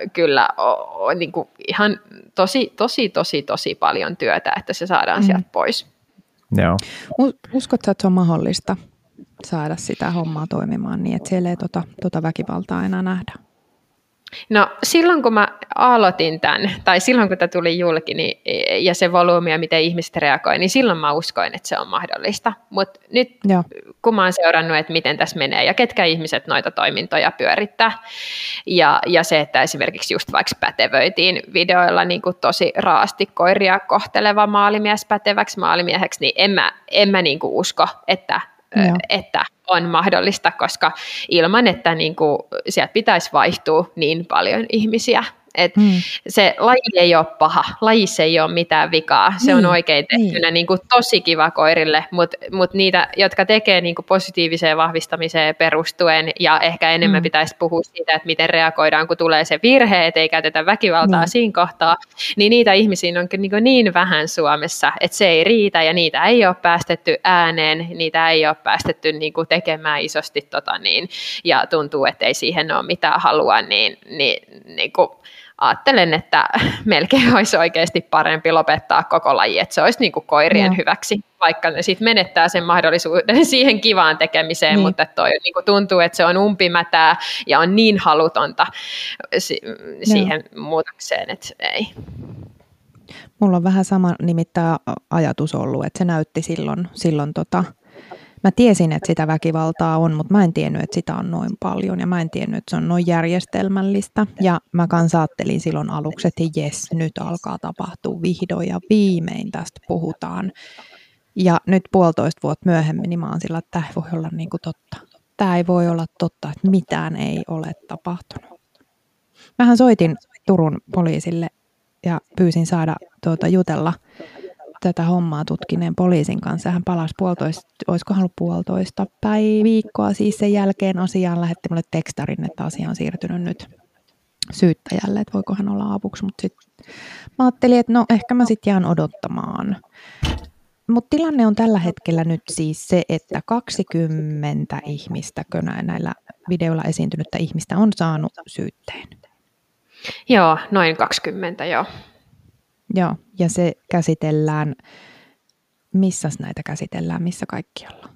C: ihan tosi paljon työtä, että se saadaan sieltä pois.
A: Joo.
B: Uskotko, että se on mahdollista? saada sitä hommaa toimimaan niin, että siellä ei tota väkivaltaa enää nähdä?
C: No silloin kun mä aloitin tämän, tai silloin kun tämä tuli julki niin, ja se volyymi ja miten ihmiset reagoi, niin silloin mä uskoin, että se on mahdollista. Mutta nyt kun mä oon seurannut, että miten tässä menee ja ketkä ihmiset noita toimintoja pyörittää, ja se, että esimerkiksi just vaikka pätevöitiin videoilla niin kuin tosi raasti koiria kohteleva maalimies päteväksi maalimieheksi, niin en mä niin kuin usko, että on mahdollista, koska ilman, että niin kuin sieltä pitäisi vaihtua niin paljon ihmisiä. Se laji ei ole paha, lajissa ei ole mitään vikaa, se on oikein tehtynä niin kuin tosi kiva koirille, mutta niitä, jotka tekee niin kuin positiiviseen vahvistamiseen perustuen ja ehkä enemmän pitäisi puhua siitä, että miten reagoidaan, kun tulee se virhe, että ei käytetä väkivaltaa siinä kohtaa, niin niitä ihmisiä on niin vähän Suomessa, että se ei riitä ja niitä ei ole päästetty ääneen, niitä ei ole päästetty niin kuin tekemään isosti ja tuntuu, että ei siihen ole mitään halua, niin kuin ajattelen, että melkein olisi oikeasti parempi lopettaa koko laji, että se olisi niin kuin koirien hyväksi, vaikka ne sitten menettää sen mahdollisuuden siihen kivaan tekemiseen, mutta niin kuin tuntuu, että se on umpimätää ja on niin halutonta siihen muutokseen, että ei.
B: Mulla on vähän sama nimittäin ajatus ollut, että se näytti silloin mä tiesin, että sitä väkivaltaa on, mutta mä en tiennyt, että sitä on noin paljon ja mä en tiennyt, että se on noin järjestelmällistä. Ja mä kanssa ajattelin silloin aluksi, että jes, nyt alkaa tapahtua vihdoin ja viimein tästä puhutaan. Ja nyt 1,5 vuotta myöhemmin niin mä oon sillä, että tämä ei voi olla niin kuin totta. Tämä ei voi olla totta, että mitään ei ole tapahtunut. Mähän soitin Turun poliisille ja pyysin saada jutella tätä hommaa tutkineen poliisin kanssa. Hän palasi olisikohan ollut 1,5 viikkoa siis sen jälkeen asiaan. Lähetti mulle tekstarin, että asia on siirtynyt nyt syyttäjälle, että voiko hän olla avuksi. Mutta sitten mä ajattelin, että no ehkä mä sitten jään odottamaan. Mutta tilanne on tällä hetkellä nyt siis se, että 20 ihmistä, näillä videoilla esiintynyttä ihmistä on saanut syytteen.
C: Joo, noin 20, joo.
B: Joo, ja se käsitellään, missäs näitä käsitellään, missä kaikkialla?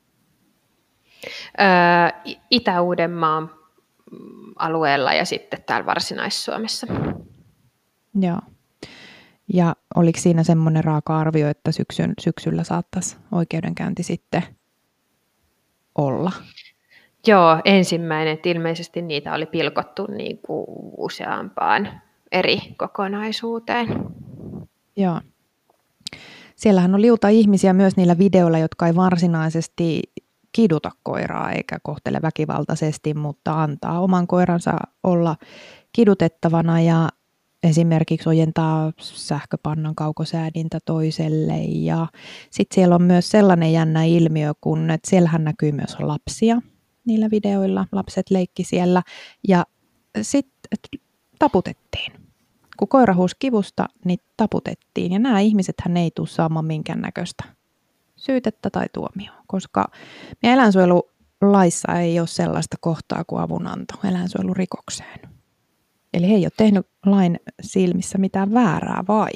C: Itä-Uudenmaan alueella ja sitten täällä Varsinais-Suomessa.
B: Joo, ja oliko siinä semmoinen raaka arvio, että syksyllä saattaisi oikeudenkäynti sitten olla?
C: Joo, ensimmäinen, että ilmeisesti niitä oli pilkottu niin kuin useampaan eri kokonaisuuteen.
B: Joo. Siellähän on liuta ihmisiä myös niillä videoilla, jotka ei varsinaisesti kiduta koiraa eikä kohtele väkivaltaisesti, mutta antaa oman koiransa olla kidutettavana ja esimerkiksi ojentaa sähköpannan kaukosäädintä toiselle. Ja sitten siellä on myös sellainen jännä ilmiö, kun että siellähän näkyy myös lapsia niillä videoilla. Lapset leikki siellä ja sitten taputettiin. Kun koira huusi kivusta, niin taputettiin. Ja nämä ihmisethän ei tule saamaan minkäännäköistä syytettä tai tuomioon, koska meidän eläinsuojelulaissa ei ole sellaista kohtaa kuin avunanto eläinsuojelurikokseen. Eli he ei ole tehnyt lain silmissä mitään väärää, vai?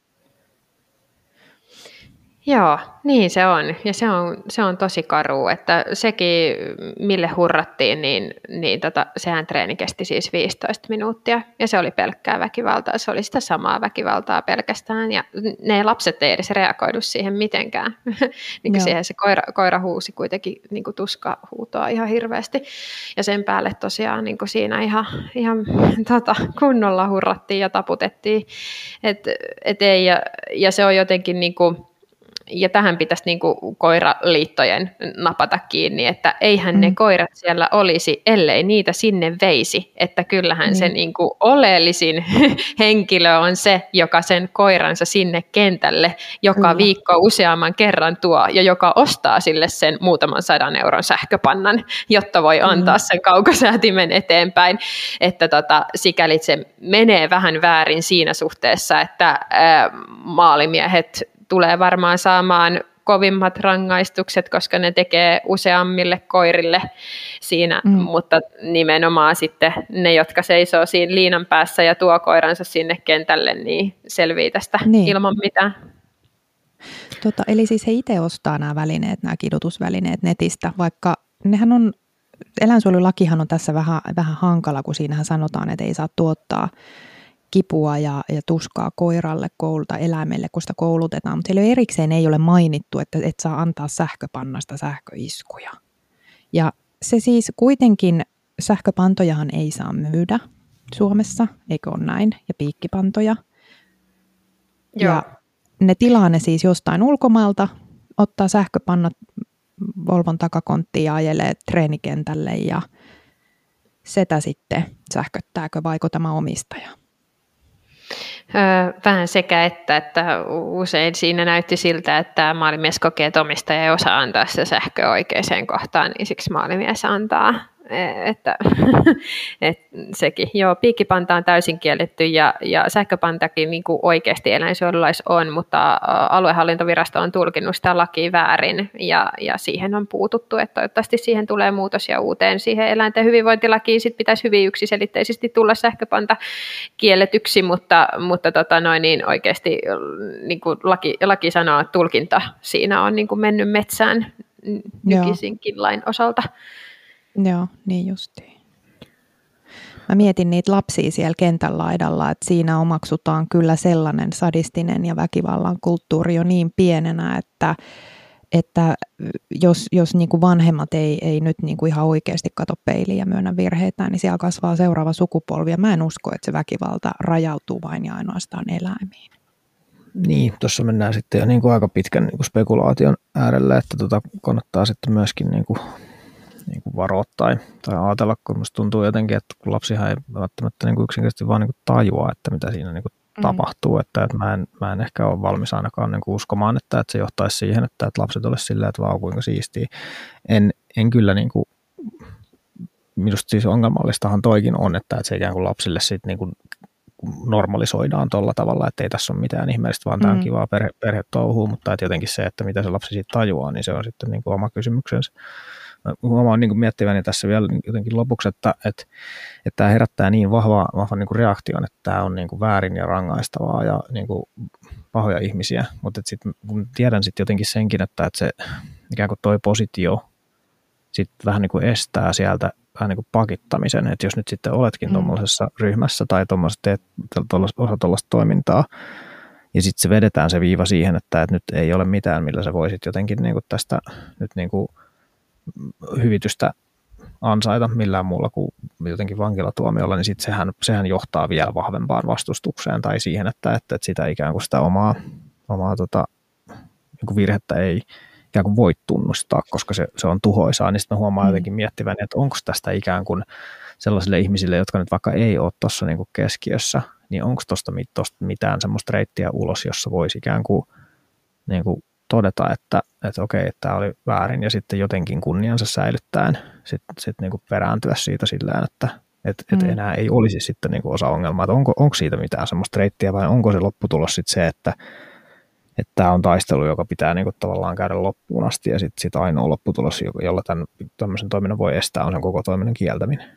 C: Joo, niin se on. Ja se on tosi karu, että sekin, mille hurrattiin, niin sehän treeni kesti siis 15 minuuttia. Ja se oli pelkkää väkivaltaa, se oli sitä samaa väkivaltaa pelkästään. Ja ne lapset ei edes reagoidu siihen mitenkään. Niin siihen se koira huusi kuitenkin niin kuin tuskahuutoa ihan hirveästi. Ja sen päälle tosiaan niin kuin siinä ihan kunnolla hurrattiin ja taputettiin. Ja se on jotenkin niin kuin, ja tähän pitäisi niin kuin koiraliittojen napata kiinni, että eihän ne koirat siellä olisi, ellei niitä sinne veisi. Että kyllähän se niin kuin oleellisin henkilö on se, joka sen koiransa sinne kentälle joka viikko useamman kerran tuo ja joka ostaa sille sen muutaman 100 euron sähköpannan, jotta voi antaa sen kaukosäätimen eteenpäin. Että sikäli se menee vähän väärin siinä suhteessa, että maalimiehet tulee varmaan saamaan kovimmat rangaistukset, koska ne tekee useammille koirille siinä, mutta nimenomaan sitten ne, jotka seisoo siinä liinan päässä ja tuo koiransa sinne kentälle, niin selvii tästä ilman mitään.
B: Eli siis he itse ostaa nämä välineet, nämä kidutusvälineet netistä, vaikka nehän on, eläinsuojelulakihan on tässä vähän hankala, kun siinähän sanotaan, että ei saa tuottaa kipua ja tuskaa koiralle, eläimelle, kun sitä koulutetaan, mutta siellä erikseen ei ole mainittu, että et saa antaa sähköpannasta sähköiskuja. Ja se siis kuitenkin, sähköpantojahan ei saa myydä Suomessa, eikö ole näin, ja piikkipantoja.
C: Joo.
B: Ja ne tilaa ne siis jostain ulkomailta, ottaa sähköpannat Volvon takakonttiin ja ajelee treenikentälle ja setä sitten sähköttääkö vaiko tämä omistaja?
C: Vähän sekä että usein siinä näytti siltä, että maalimies kokee, että omistaja ei osaa antaa sitä sähköä oikeaan kohtaan, niin siksi maalimies antaa. Että sekin. Joo, piikkipanta on täysin kielletty ja sähköpantakin niin kuin oikeasti eläinsuojelulaissa on, mutta aluehallintovirasto on tulkinnut sitä lakia väärin ja siihen on puututtu, että toivottavasti siihen tulee muutos ja uuteen siihen eläinten hyvinvointilakiin sit pitäisi hyvin yksiselitteisesti tulla sähköpanta kielletyksi, mutta niin oikeasti niin kuin laki sanoo, että tulkinta siinä on niin kuin mennyt metsään nykyisinkin lain osalta.
B: Joo, niin justiin. Mä mietin niitä lapsia siellä kentän laidalla, että siinä omaksutaan kyllä sellainen sadistinen ja väkivallan kulttuuri jo niin pienenä, että jos niin kuin vanhemmat ei nyt niin kuin ihan oikeasti kato peiliin ja myönnä virheitä, niin siellä kasvaa seuraava sukupolvi. Ja mä en usko, että se väkivalta rajautuu vain ja ainoastaan eläimiin.
A: Niin, tuossa mennään sitten jo niin kuin aika pitkän niin kuin spekulaation äärelle, että kannattaa sitten myöskin niin kuin varoa tai ajatella, kun musta tuntuu jotenkin, että kun lapsihan ei välttämättä niin kuin yksinkertaisesti vaan niin kuin tajua, että mitä siinä niin kuin tapahtuu, että mä en ehkä ole valmis ainakaan niin kuin uskomaan, että se johtaisi siihen, että lapset olisivat silleen, että vau kuinka siistiä. En kyllä, niin kuin, minusta siis ongelmallistahan toikin on, että se ikään kuin lapsille sitten niin kuin normalisoidaan tuolla tavalla, että ei tässä ole mitään ihmeellistä, vaan tämä on kivaa perhetouhua, mutta että jotentenkin se, että mitä se lapsi siitä tajuaa, niin se on sitten niin kuin oma kysymyksensä. Huomaan niin miettiväni tässä vielä jotenkin lopuksi, että tämä herättää niin vahvan niin kuin reaktion, että tämä on niin kuin väärin ja rangaistavaa ja niin kuin pahoja ihmisiä, mutta sitten kun tiedän sitten jotenkin senkin, että se ikään kuin toi positio sitten vähän niin kuin estää sieltä vähän niin kuin pakittamisen, että jos nyt sitten oletkin tuollaisessa ryhmässä tai teet osa tuollaista toimintaa, ja sitten se vedetään se viiva siihen, että nyt ei ole mitään, millä sä voisit jotenkin niin kuin tästä nyt niin kuin hyvitystä ansaita millään muulla kuin jotenkin vankilatuomiolla, niin sitten sehän johtaa vielä vahvempaan vastustukseen tai siihen, että sitä ikään kuin sitä omaa niin kuin virhettä ei ikään kuin voi tunnustaa, koska se on tuhoisaa, niin sitten mä huomaan jotenkin miettiväni, että onko tästä ikään kuin sellaisille ihmisille, jotka nyt vaikka ei ole tuossa niin kuin keskiössä, niin onko tuosta mitään semmoista reittiä ulos, jossa voisi ikään kuin, niin kuin todeta, että okei, että tämä oli väärin ja sitten jotenkin kunniansa säilyttäen sitten niin kuin perääntyä siitä sillään, että enää ei olisi sitten niin kuin osa ongelmaa, että onko siitä mitään semmoista reittiä vai onko se lopputulos sitten se, että tämä on taistelu, joka pitää niin kuin tavallaan käydä loppuun asti ja sitten ainoa lopputulos, jolla tämmöisen toiminnan voi estää, on sen koko toiminnan kieltäminen.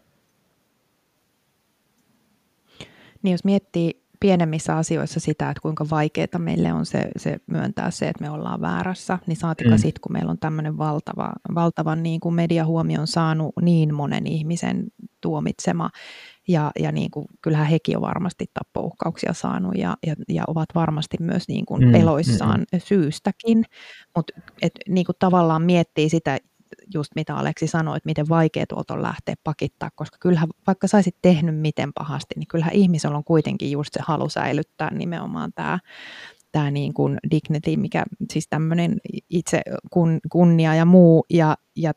B: Niin jos miettii pienemmissä asioissa sitä, että kuinka vaikeaa meille on se myöntää se, että me ollaan väärässä, niin saatika sitten, kun meillä on tämmöinen valtavan niin kuin mediahuomion saanut niin monen ihmisen tuomitsema, ja niin kuin, kyllähän hekin on varmasti tappouhkauksia saanut ja ovat varmasti myös niin kuin peloissaan syystäkin, mutta niin kuin tavallaan miettii sitä, just mitä Aleksi sanoi, että miten vaikea tuolta on lähteä pakittaa, koska kyllähän vaikka saisit tehnyt miten pahasti, niin kyllähän ihmisellä on kuitenkin just se halu säilyttää nimenomaan tämä niin kuin dignity, mikä siis tämmöinen itse kunnia ja muu, ja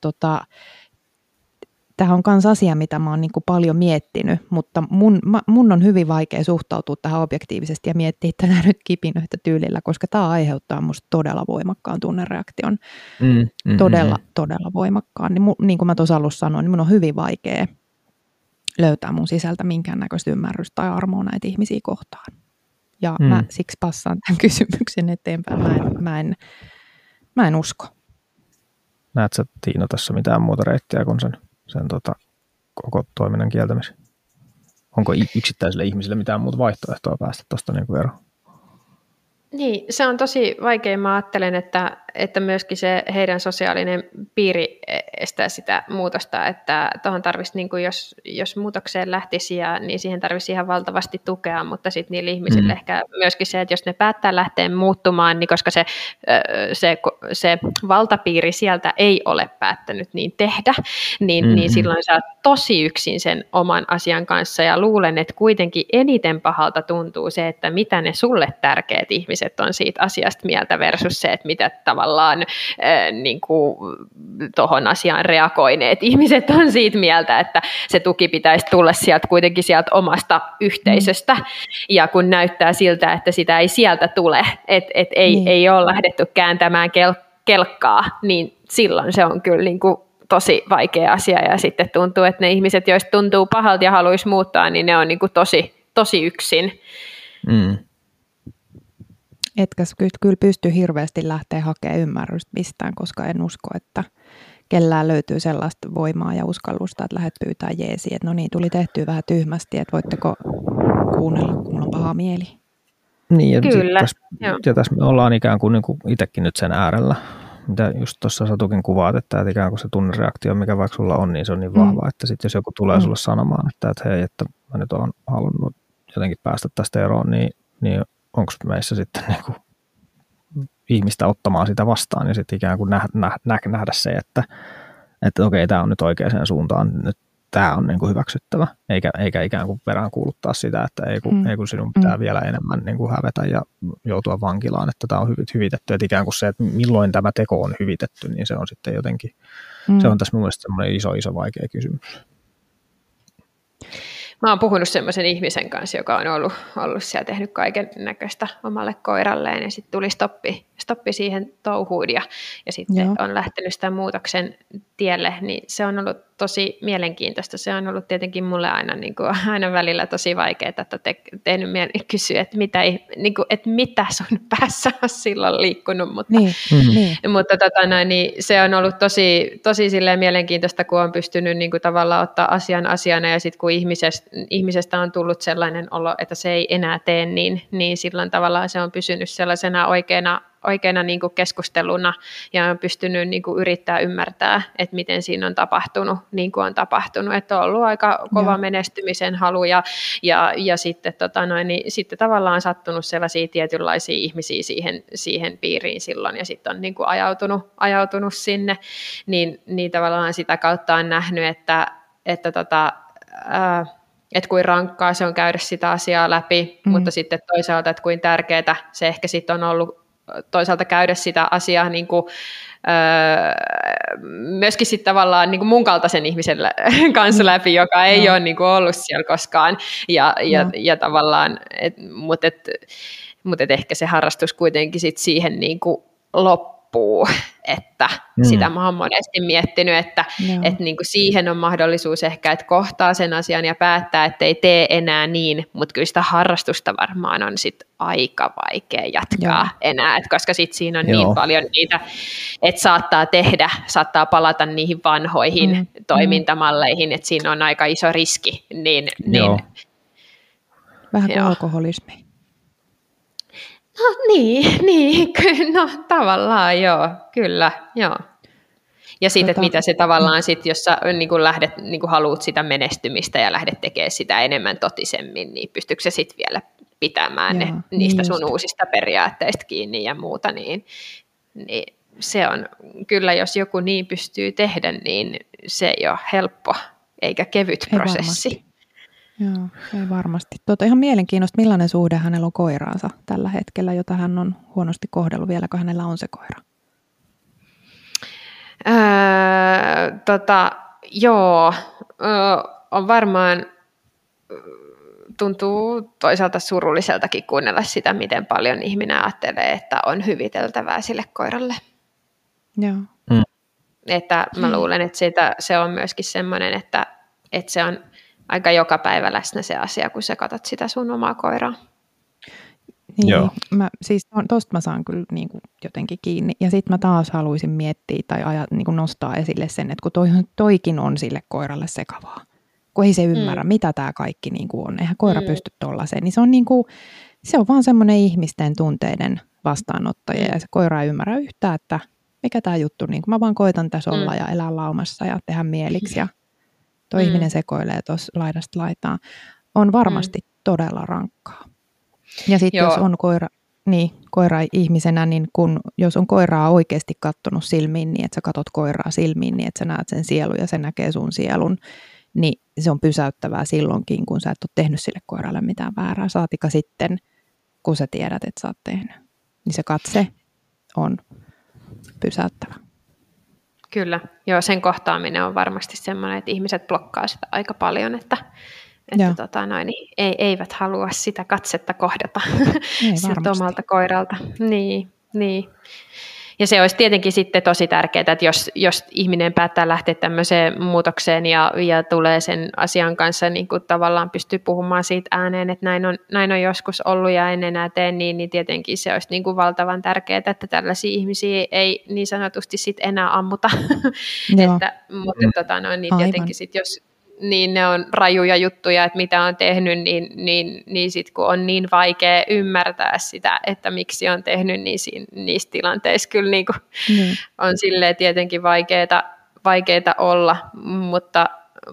B: tämä on myös asia, mitä mä oon niin kuin paljon miettinyt, mutta mun on hyvin vaikea suhtautua tähän objektiivisesti ja miettiä tätä nyt kipinöitä tyylillä, koska tämä aiheuttaa musta todella voimakkaan tunnereaktion. Todella voimakkaan. Niin kuin mä tuossa alussa sanoin, niin mun on hyvin vaikea löytää mun sisältä minkäännäköistä ymmärrystä tai armoa näitä ihmisiä kohtaan. Ja mä siksi passaan tämän kysymyksen eteenpäin. Mä en usko.
A: Näetkö sä, Tiina, tässä mitään muuta reittiä kuin sen koko toiminnan kieltämisen? Onko yksittäisille ihmisille mitään muuta vaihtoehtoa päästä tuosta niin eroon?
C: Niin, se on tosi vaikea. Mä ajattelen, että myöskin se heidän sosiaalinen piiri estää sitä muutosta, että tuohon tarvitsisi, niin kuin jos muutokseen lähtisi, niin siihen tarvitsisi ihan valtavasti tukea, mutta sitten niillä ihmisillä ehkä myöskin se, että jos ne päättää lähteä muuttumaan, niin koska se valtapiiri sieltä ei ole päättänyt niin tehdä, niin silloin sä oot tosi yksin sen oman asian kanssa, ja luulen, että kuitenkin eniten pahalta tuntuu se, että mitä ne sulle tärkeät ihmiset on siitä asiasta mieltä versus se, että mitä tavallaan niin kuin tuohon asiaan reagoineet ihmiset on siitä mieltä, että se tuki pitäisi tulla sieltä kuitenkin sieltä omasta yhteisöstä, ja kun näyttää siltä, että sitä ei sieltä tule, että ei ole lähdetty kääntämään kelkkaa, niin silloin se on kyllä niin kuin tosi vaikea asia, ja sitten tuntuu, että ne ihmiset, joista tuntuu pahalta ja haluaisi muuttaa, niin ne on niin kuin tosi yksin.
B: Etkä kyllä pysty hirveästi lähteä hakemaan ymmärrystä mistään, koska en usko, että kellään löytyy sellaista voimaa ja uskallusta, että lähdet pyytää jeesiä. Että no niin, tuli tehtyä vähän tyhmästi, että voitteko kuunnella, kun mulla on paha mieli.
A: Niin, ja tässä me ollaan ikään kuin itsekin nyt sen äärellä, mitä just tuossa Satukin kuvaat, että ikään kuin se tunnereaktio, mikä vaikka sulla on, niin se on niin vahva, että sitten jos joku tulee sulle sanomaan, että hei, että mä nyt oon halunnut jotenkin päästä tästä eroon, niin onko meissä sitten niin kuin ihmistä ottamaan sitä vastaan ja sitten ikään kuin nähdä se, että okei, tämä on nyt oikeaan suuntaan, nyt tämä on niin kuin hyväksyttävä, eikä ikään kuin perään kuuluttaa sitä, että ei kun sinun pitää vielä enemmän niin kuin hävetä ja joutua vankilaan, että tämä on hyvitetty, että ikään kuin se, että milloin tämä teko on hyvitetty, niin se on sitten jotenkin, se on tässä mun mielestä semmoinen iso vaikea kysymys.
C: Mä oon puhunut semmoisen ihmisen kanssa, joka on ollut siellä tehnyt kaiken näköistä omalle koiralleen, ja sitten tuli stoppi siihen touhuun, ja sitten on lähtenyt sitä muutoksen tielle, niin se on ollut tosi mielenkiintoista. Se on ollut tietenkin mulle aina välillä tosi vaikeaa, että tehnyt mieli kysyä, että mitä sun päässä on silloin liikkunut, mutta se on ollut tosi silleen mielenkiintoista, kun on pystynyt niin kuin tavallaan ottaa asian asiana, ja sitten kun ihmisestä on tullut sellainen olo, että se ei enää tee niin silloin tavallaan se on pysynyt sellaisena oikeana niin kuin keskusteluna, ja on pystynyt niin kuin yrittää ymmärtää, että miten siinä on tapahtunut niin kuin on tapahtunut, että on ollut aika kova menestymisen halu, ja sitten, sitten tavallaan sattunut sellaisia tietynlaisia ihmisiä siihen piiriin silloin, ja sitten on niin kuin ajautunut sinne, niin tavallaan sitä kautta on nähnyt, että kuin rankkaa se on käydä sitä asiaa läpi, mutta sitten toisaalta, että kuin tärkeää se ehkä sitten on ollut toisaalta käydä sitä asiaa niin kuin, myöskin sitten tavallaan niin kuin mun kaltaisen ihmisen kanssa läpi, joka ei ole niin kuin ollut siellä koskaan, ja tavallaan, mutta ehkä se harrastus kuitenkin sit siihen niin kuin loppuu, että sitä mä oon monesti miettinyt, että niin kuin siihen on mahdollisuus ehkä, että kohtaa sen asian ja päättää, että ei tee enää niin, mutta kyllä sitä harrastusta varmaan on sit aika vaikea jatkaa enää, että koska sit siinä on niin paljon niitä, että saattaa palata niihin vanhoihin toimintamalleihin, että siinä on aika iso riski.
B: Vähän kuin alkoholismi.
C: No niin, no tavallaan kyllä, joo. Ja sitten, että mitä se tavallaan sitten, jos sä niin haluat sitä menestymistä ja lähdet tekemään sitä enemmän totisemmin, niin pystyykö se sitten vielä pitämään niistä sun uusista periaatteista kiinni ja muuta, niin se on kyllä, jos joku niin pystyy tehdä, niin se ei ole helppo eikä kevyt prosessi.
B: Varmasti. Joo, ei varmasti. Ihan mielenkiintoista, millainen suhde hänellä on koiraansa tällä hetkellä, jota hän on huonosti kohdellut vielä, kun hänellä on se koira?
C: On varmaan, tuntuu toisaalta surulliseltakin kuunnella sitä, miten paljon ihminen ajattelee, että on hyviteltävää sille koiralle.
B: Joo.
C: Että mä luulen, että se on myöskin semmoinen, että se on aika joka päivä läsnä se asia, kun sä katsot sitä sun omaa koiraa.
B: Niin, tosta mä saan kyllä niin kuin jotenkin kiinni. Ja sitten mä taas haluaisin miettiä tai niin kuin nostaa esille sen, että kun toikin on sille koiralle sekavaa. kun ei se ymmärrä, mitä tämä kaikki niin kuin on. Eihän koira pysty tuollaiseen. Niin se on, niin kuin, se on vaan semmoinen ihmisten tunteiden vastaanottaja ja se koira ei ymmärrä yhtään, että mikä tämä juttu, niin kuin mä vaan koitan tässä olla ja elää laumassa ja tehdä mieliksi ja tuo ihminen sekoilee tuossa laidasta laitaan. On varmasti todella rankkaa. Ja sitten jos on koira ihmisenä, niin jos on koiraa oikeasti kattonut silmiin, niin että sä katot koiraa silmiin, niin että sä näet sen sielun ja se näkee sun sielun, niin se on pysäyttävää silloinkin, kun sä et ole tehnyt sille koiralle mitään väärää. Saatika sitten, kun sä tiedät, että sä oot tehnyt. Niin se katse on pysäyttävä.
C: Kyllä, joo, sen kohtaaminen on varmasti semmoinen, että ihmiset blokkaa sitä aika paljon, että eivät halua sitä katsetta kohdata sieltä omalta koiralta. Niin. Ja se olisi tietenkin sitten tosi tärkeää, että jos ihminen päättää lähteä tämmöiseen muutokseen ja tulee sen asian kanssa niin kuin tavallaan pystyy puhumaan siitä ääneen, että näin on joskus ollut ja en enää tee niin tietenkin se olisi niin kuin valtavan tärkeää, että tällaisia ihmisiä ei niin sanotusti sit enää ammuta. Mutta niin tietenkin sitten jos niin ne on rajuja juttuja, että mitä on tehnyt, niin sitten kun on niin vaikea ymmärtää sitä, että miksi on tehnyt, niin niissä tilanteissa kyllä niin kuin on silleen tietenkin vaikeaa olla, mutta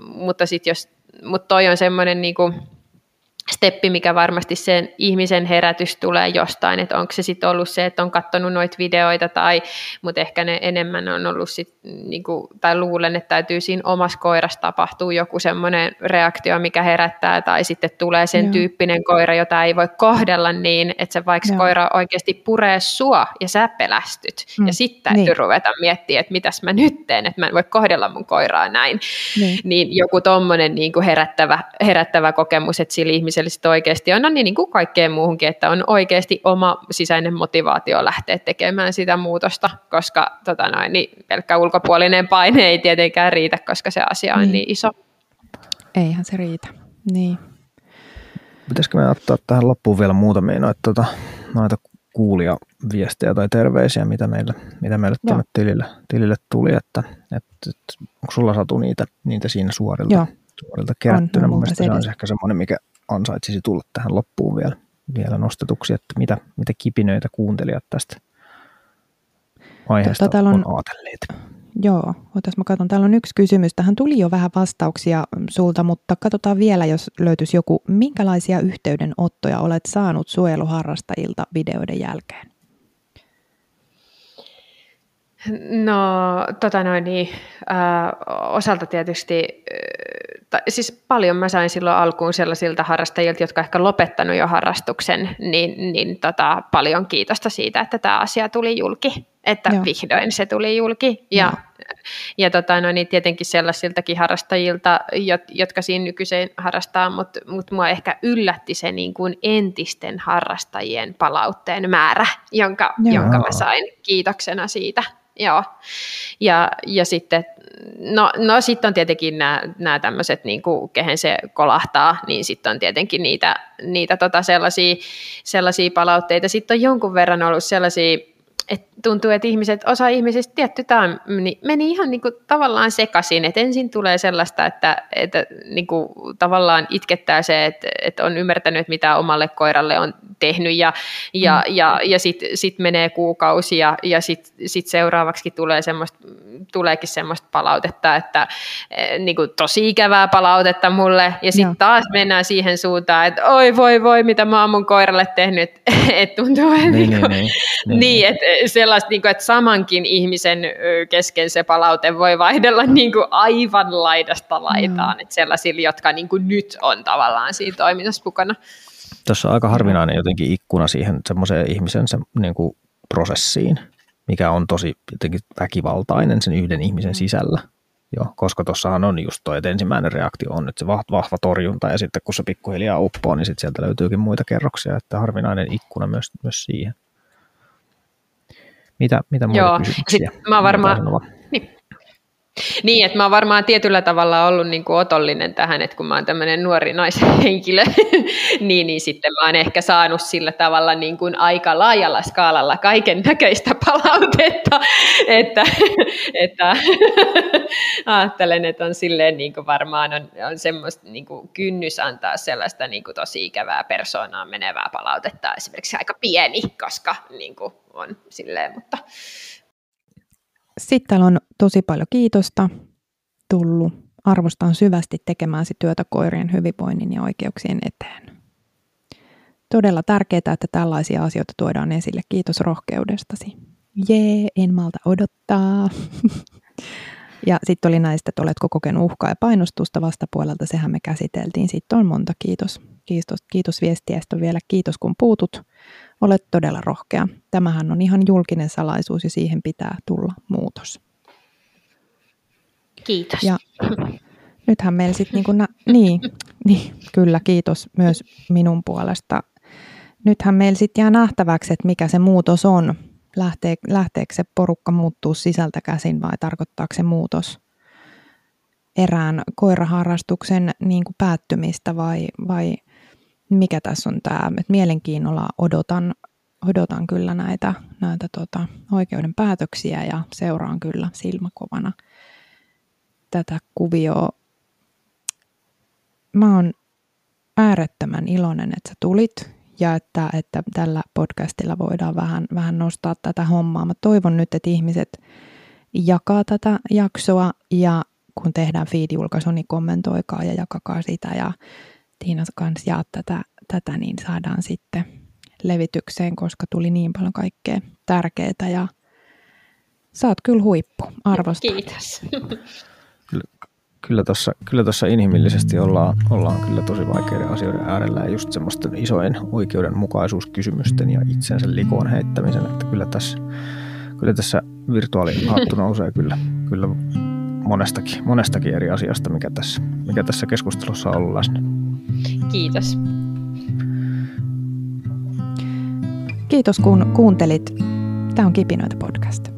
C: toi on semmoinen niin kuin steppi, mikä varmasti sen ihmisen herätys tulee jostain, että onko se sitten ollut se, että on katsonut noita videoita, mutta ehkä ne enemmän on ollut tai luulen, että täytyy siinä omassa koirassa tapahtua joku semmoinen reaktio, mikä herättää, tai sitten tulee sen tyyppinen koira, jota ei voi kohdella niin, että se vaikka koira oikeasti puree sua ja sä pelästyt, ja sitten täytyy ruveta miettimään, että mitäs mä nyt teen, että mä en voi kohdella mun koiraa näin, niin joku tommoinen niin kuin herättävä kokemus, että sillä ihmisellä sitten oikeasti on niin kuin kaikkeen muuhunkin, että on oikeasti oma sisäinen motivaatio lähteä tekemään sitä muutosta, koska niin pelkkä ulkopuolinen paine ei tietenkään riitä, koska se asia on niin iso.
B: Eihän se riitä, niin.
A: Pitäisikö me ottaa tähän loppuun vielä muutamia noita kuulijaviestejä tai terveisiä, mitä meille tuonne tilille tuli, että onko sulla Satu niitä siinä suorilta kerättynä? Mun mielestä se on ehkä semmoinen, mikä ansaitsisi tulla tähän loppuun vielä nostetuksi, että mitä kipinöitä kuuntelijat tästä aiheesta on ajatelleet.
B: Joo, mä katson. Täällä on yksi kysymys. Tähän tuli jo vähän vastauksia sulta, mutta katsotaan vielä, jos löytyisi joku. Minkälaisia yhteydenottoja olet saanut suojeluharrastajilta videoiden jälkeen?
C: No, osalta tietysti, siis paljon mä sain silloin alkuun sellaisilta harrastajilta, jotka ehkä lopettanut jo harrastuksen, niin paljon kiitosta siitä, että tämä asia tuli julki, että vihdoin se tuli julki. Ja niin tietenkin sellaisiltakin harrastajilta, jotka siinä nykyiseen harrastaa, mutta mua ehkä yllätti se niin kuin entisten harrastajien palautteen määrä, jonka mä sain kiitoksena siitä. Joo. Ja sitten, sitten on tietenkin nämä tämmöiset, niin kuin, kehen se kolahtaa, niin sitten on tietenkin niitä sellaisia palautteita. Sitten on jonkun verran ollut sellaisia, että tuntuu, että osa ihmisistä meni ihan niin kuin tavallaan sekaisin, että ensin tulee sellaista, että niin kuin tavallaan itkettää se, että on ymmärtänyt, että mitä omalle koiralle on tehnyt ja sitten menee kuukausia ja sit seuraavaksi tuleekin semmoista palautetta, että niin kuin tosi ikävää palautetta mulle ja sitten taas mennään siihen suuntaan, että oi voi, mitä mä oon mun koiralle tehnyt, että tuntuu, että sellaista, että samankin ihmisen kesken se palaute voi vaihdella niin kuin aivan laidasta laitaan, että sellaisilla, jotka niin kuin nyt on tavallaan siinä toiminnassa mukana.
A: Tuossa on aika harvinainen jotenkin ikkuna siihen semmoiseen ihmisen niin kuin prosessiin, mikä on tosi jotenkin väkivaltainen sen yhden ihmisen sisällä. Joo, koska tuossahan on just toi, että ensimmäinen reaktio on nyt se vahva torjunta ja sitten kun se pikkuhiljaa uppoo, niin sitten sieltä löytyykin muita kerroksia, että harvinainen ikkuna myös siihen. Mitä muita kysymyksiä?
C: Mä varmaan, niin. Niin, että mä oon varmaan tietyllä tavalla ollut niin kuin otollinen tähän, että kun mä oon tämmöinen nuori naishenkilö, niin sitten mä oon ehkä saanut sillä tavalla niin kuin aika laajalla skaalalla kaiken näköistä palautetta, että ajattelen, että on silleen niin kuin varmaan on semmoista niin kuin kynnys antaa sellaista niin kuin tosi ikävää persoonaan menevää palautetta, esimerkiksi aika pieni, koska niin kuin on silleen, mutta...
B: Sitten täällä on tosi paljon kiitosta tullut. Arvostan syvästi tekemääsi työtä koirien hyvinvoinnin ja oikeuksien eteen. Todella tärkeää, että tällaisia asioita tuodaan esille. Kiitos rohkeudestasi. Jee, en malta odottaa. Ja sitten oli näistä, että oletko kokenut uhkaa ja painostusta vastapuolelta. Sehän me käsiteltiin. Sitten on monta kiitos. Kiitos viestiästä vielä. Kiitos kun puutut. Olet todella rohkea. Tämähän on ihan julkinen salaisuus ja siihen pitää tulla muutos.
C: Kiitos.
B: Ja nythän meillä sitten niin, kyllä kiitos myös minun puolesta. Nythän meillä sitten jää nähtäväksi, että mikä se muutos on. Lähteekö se porukka muuttuu sisältä käsin vai tarkoittaako se muutos erään koiraharrastuksen niin kuin päättymistä vai mikä tässä on tämä, että mielenkiinnolla odotan kyllä näitä oikeuden päätöksiä ja seuraan kyllä silmäkovana tätä kuvioa. Mä oon äärettömän iloinen, että sä tulit ja että tällä podcastilla voidaan vähän nostaa tätä hommaa. Mä toivon nyt, että ihmiset jakaa tätä jaksoa ja kun tehdään feed-julkaisu, niin kommentoikaa ja jakakaa sitä ja Tiina kanssa jaa tätä, niin saadaan sitten levitykseen, koska tuli niin paljon kaikkea tärkeää ja sä oot kyllä huippu, arvostan.
C: Kiitos.
A: Kyllä tuossa inhimillisesti ollaan kyllä tosi vaikeiden asioiden äärellä ja just semmoisten isojen oikeudenmukaisuuskysymysten ja itsensä likoon heittämisen, että kyllä tässä virtuaalihattu nousee kyllä monestakin eri asiasta, mikä tässä keskustelussa on ollut läsnä.
C: Kiitos.
B: Kiitos kun kuuntelit. Tämä on Kipinöitä podcast.